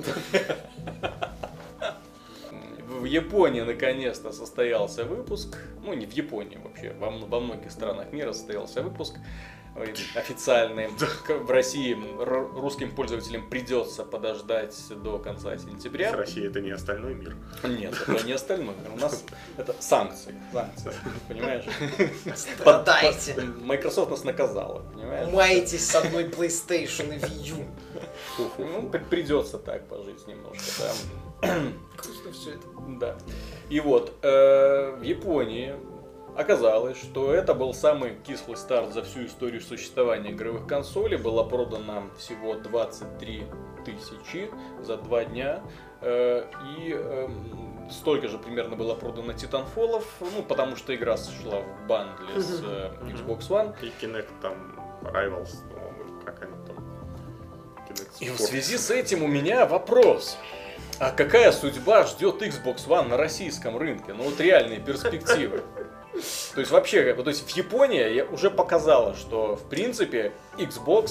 В Японии наконец-то состоялся выпуск, ну не в Японии вообще, во, м- во многих странах мира состоялся выпуск ой, официальный. К- В России р- русским пользователям придется подождать до конца сентября. Россия это не остальной мир. Нет, это не остальное. У нас это санкции. Санкции, понимаешь? Страдайте. Под- под- Microsoft нас наказала, понимаешь? Маетесь с одной PlayStation и Wii U. Ну, при- придется так пожить немножко, да. Грустно все это. Да. И вот, э, в Японии оказалось, что это был самый кислый старт за всю историю существования игровых консолей. Было продано всего двадцать три тысячи за два дня. Э, и э, столько же примерно было продано Titanfall'ов, ну, потому что игра шла в бандле с э, Xbox One. И Kinect там Rivals, по-моему, как они там. Kinect И в Sports. связи с этим у меня вопрос. А какая судьба ждет Xbox One на российском рынке? Ну вот реальные перспективы. То есть вообще, то есть в Японии я уже показала, что в принципе Xbox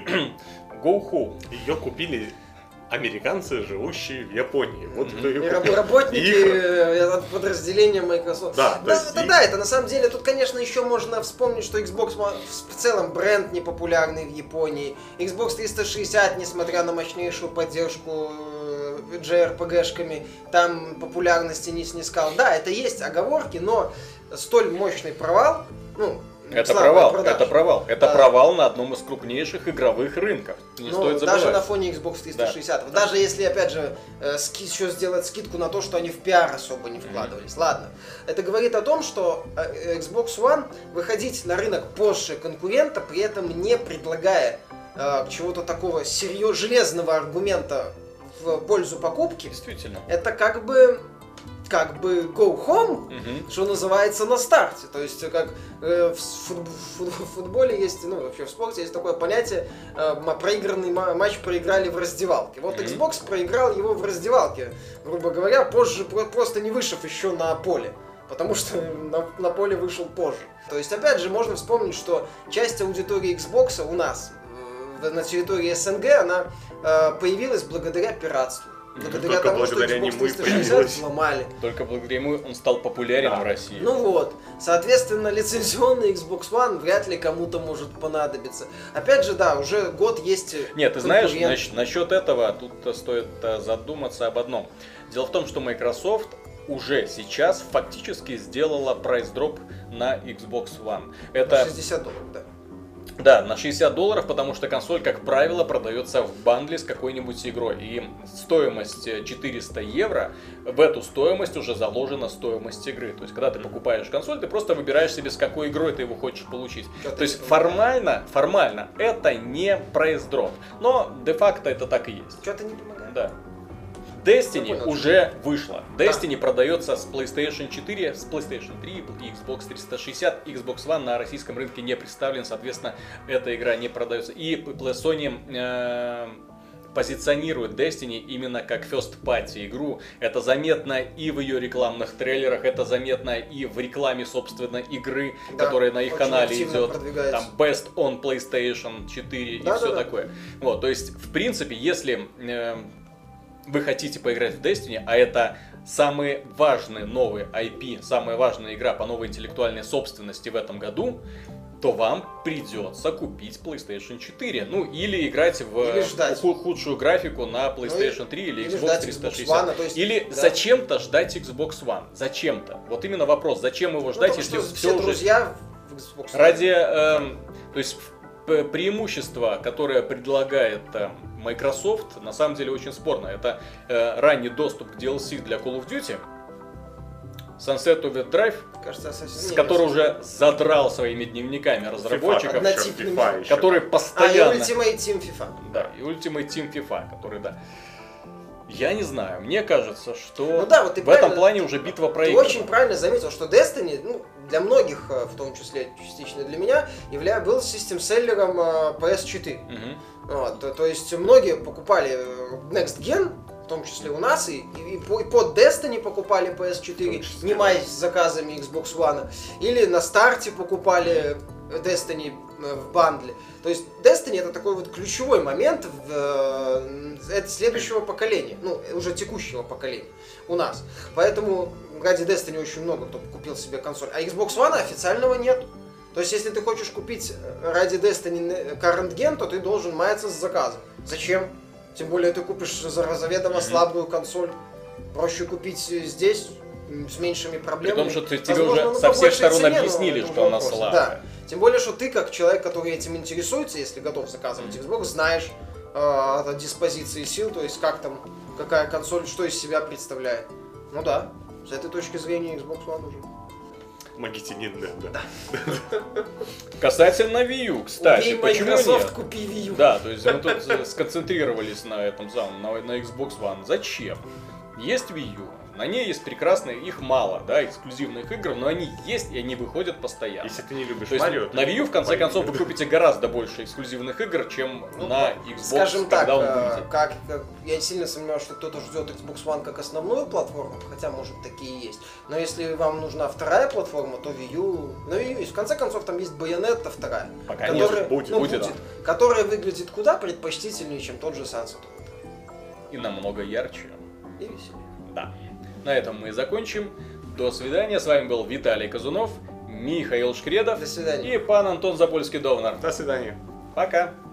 go home. Ее купили американцы, живущие в Японии. Вот кто И ее раб- купил. работники Их- э, от подразделения Microsoft. Да, то да, есть это, их- да, это на самом деле, тут, конечно, еще можно вспомнить, что Xbox One в целом бренд непопулярный в Японии. Xbox триста шестьдесят, несмотря на мощнейшую поддержку э, джей ар пи джи-шками, там популярности не снискал. Да, это есть оговорки, но столь мощный провал, ну, Это слабая провал, продажа. это провал. Это Да. провал на одном из крупнейших игровых рынков. Не Ну, стоит даже забывать. на фоне Xbox триста шестьдесят. Даже если, опять же, э, ски- еще сделать скидку на то, что они в пиар особо не вкладывались. Ладно. Это говорит о том, что э, Xbox One выходить на рынок позже конкурента, при этом не предлагая э, чего-то такого серьез, железного аргумента в пользу покупки, Действительно. это как бы как бы go home, Мгм. что называется, на старте. То есть, как э, в фут- фут- в футболе есть, ну, вообще в спорте есть такое понятие, э, м- проигранный ма- матч проиграли в раздевалке. Вот Мгм. Xbox проиграл его в раздевалке, грубо говоря, позже, про- просто не вышев еще на поле. Потому что на, на поле вышел позже. То есть, опять же, можно вспомнить, что часть аудитории Xbox у нас э, на территории эс эн гэ, она э, появилась благодаря пиратству. Благодаря Только тому, благодаря что Xbox нему и триста шестьдесят появилась. взломали. Только благодаря ему он стал популярен Да. в России. Ну вот, соответственно, лицензионный Xbox One вряд ли кому-то может понадобиться. Опять же, да, уже год есть. Нет, ты знаешь, конкурент. нач- насчет этого тут э, стоит э, задуматься об одном. Дело в том, что Microsoft уже сейчас фактически сделала прайс-дроп на Xbox One. Это, шестьдесят долларов, да. да, на шестьдесят долларов, потому что консоль, как правило, продается в бандле с какой-нибудь игрой. И стоимость э, четыреста евро, в эту стоимость уже заложена стоимость игры. То есть, когда ты покупаешь консоль, ты просто выбираешь себе, с какой игрой ты его хочешь получить. Чё ты То есть, не формально, формально это не прайс-дроп. Но де-факто это так и есть. Что-то не помогает. Да. Destiny Я понял. уже вышла. Destiny продается с PlayStation четыре, с PlayStation три и Xbox триста шестьдесят. Xbox One на российском рынке не представлен, соответственно, эта игра не продается. И Sony э, позиционирует Destiny именно как first party игру. Это заметно и в ее рекламных трейлерах, это заметно и в рекламе, собственно, игры, Да, которая на их очень канале активно идет. продвигается. Там Best on PlayStation четыре Да, и все да, да. такое. Вот, то есть, в принципе, если э, вы хотите поиграть в Destiny, а это самый важный новый ай пи, самая важная игра по новой интеллектуальной собственности в этом году, то вам придется купить PlayStation четыре. Ну, или играть в Или ждать. ху- худшую графику на PlayStation Ну, три или или Xbox ждать триста Xbox шестьдесят. One, то есть, или да. зачем-то ждать Xbox One. Зачем-то. Вот именно вопрос, зачем его Ну, ждать, только если что все все уже... друзья в Xbox One. Ради, эм, то есть п- преимущество, которое предлагает э, Microsoft, на самом деле очень спорно. Это э, ранний доступ к ди эл си для Call of Duty, Sunset Overdrive, Кажется, Assassin's- с нет, который Assassin's- уже задрал своими дневниками разработчиков, FIFA, Однотипными. черт, FIFA еще. который А, и постоянно... Ultimate Team FIFA. Да, и Ultimate Team FIFA, который, да. Я не знаю, мне кажется, что Ну да, вот ты в этом правильно- плане уже битва Ты проиграна. очень правильно заметил, что Destiny, ну, для многих, э, в том числе частично для меня, явля... был систем-селлером э, пи эс четыре. Мгм. Вот, то, то есть многие покупали э, Next Gen, в том числе у нас, и, и, и по- и под Destiny покупали пи эс четыре, В том числе, не маясь с заказами Xbox One, или на старте покупали Destiny э, в бандле. То есть Destiny это такой вот ключевой момент в, э, это следующего поколения, ну, уже текущего поколения у нас. Поэтому ради Destiny очень много кто купил себе консоль. А Xbox One официального нет. То есть, если ты хочешь купить ради Destiny Current Gen, то ты должен маяться с заказом. Зачем? Тем более ты купишь за заведомо Мгм. слабую консоль. Проще купить здесь м, с меньшими При проблемами. том, что ты- тебе Возможно, уже ну, со по всех большей сторон цене, но объяснили, это что уже она вопрос. слабая. Да. Тем более, что ты, как человек, который этим интересуется, если готов заказывать Xbox, знаешь э, о диспозиции сил, то есть как там, какая консоль, что из себя представляет. Ну да, с этой точки зрения Xbox One уже. Помогите Nintendo. Да. Касательно Wii U, кстати, Убей почему Microsoft, нет? купи Wii U. Да, то есть мы тут э, сконцентрировались на этом самом, на, на Xbox One. Зачем? Есть Wii U, на ней есть прекрасные, их мало, да, эксклюзивных игр, но они есть и они выходят постоянно. Если ты не любишь То есть Марио, то на Wii U, в конце Марио. концов, вы купите гораздо больше эксклюзивных игр, чем Ну, на Xbox, Скажем так, когда он э, выйдет. как, как- я сильно сомневаюсь, что кто-то ждет Xbox One как основную платформу, хотя, может, такие есть. Но если вам нужна вторая платформа, то Wii U... Ну, Wii U есть. В конце концов, там есть Bayonetta вторая. Пока которая, нет, будет, ну, будет, будет, которая выглядит куда предпочтительнее, чем тот же Sunset Overdrive. И намного ярче. И веселее. Да. На этом мы и закончим. До свидания. С вами был Виталий Казунов, Михаил Шкредов До свидания. и пан Антон Запольский-Довнар. До свидания. Пока.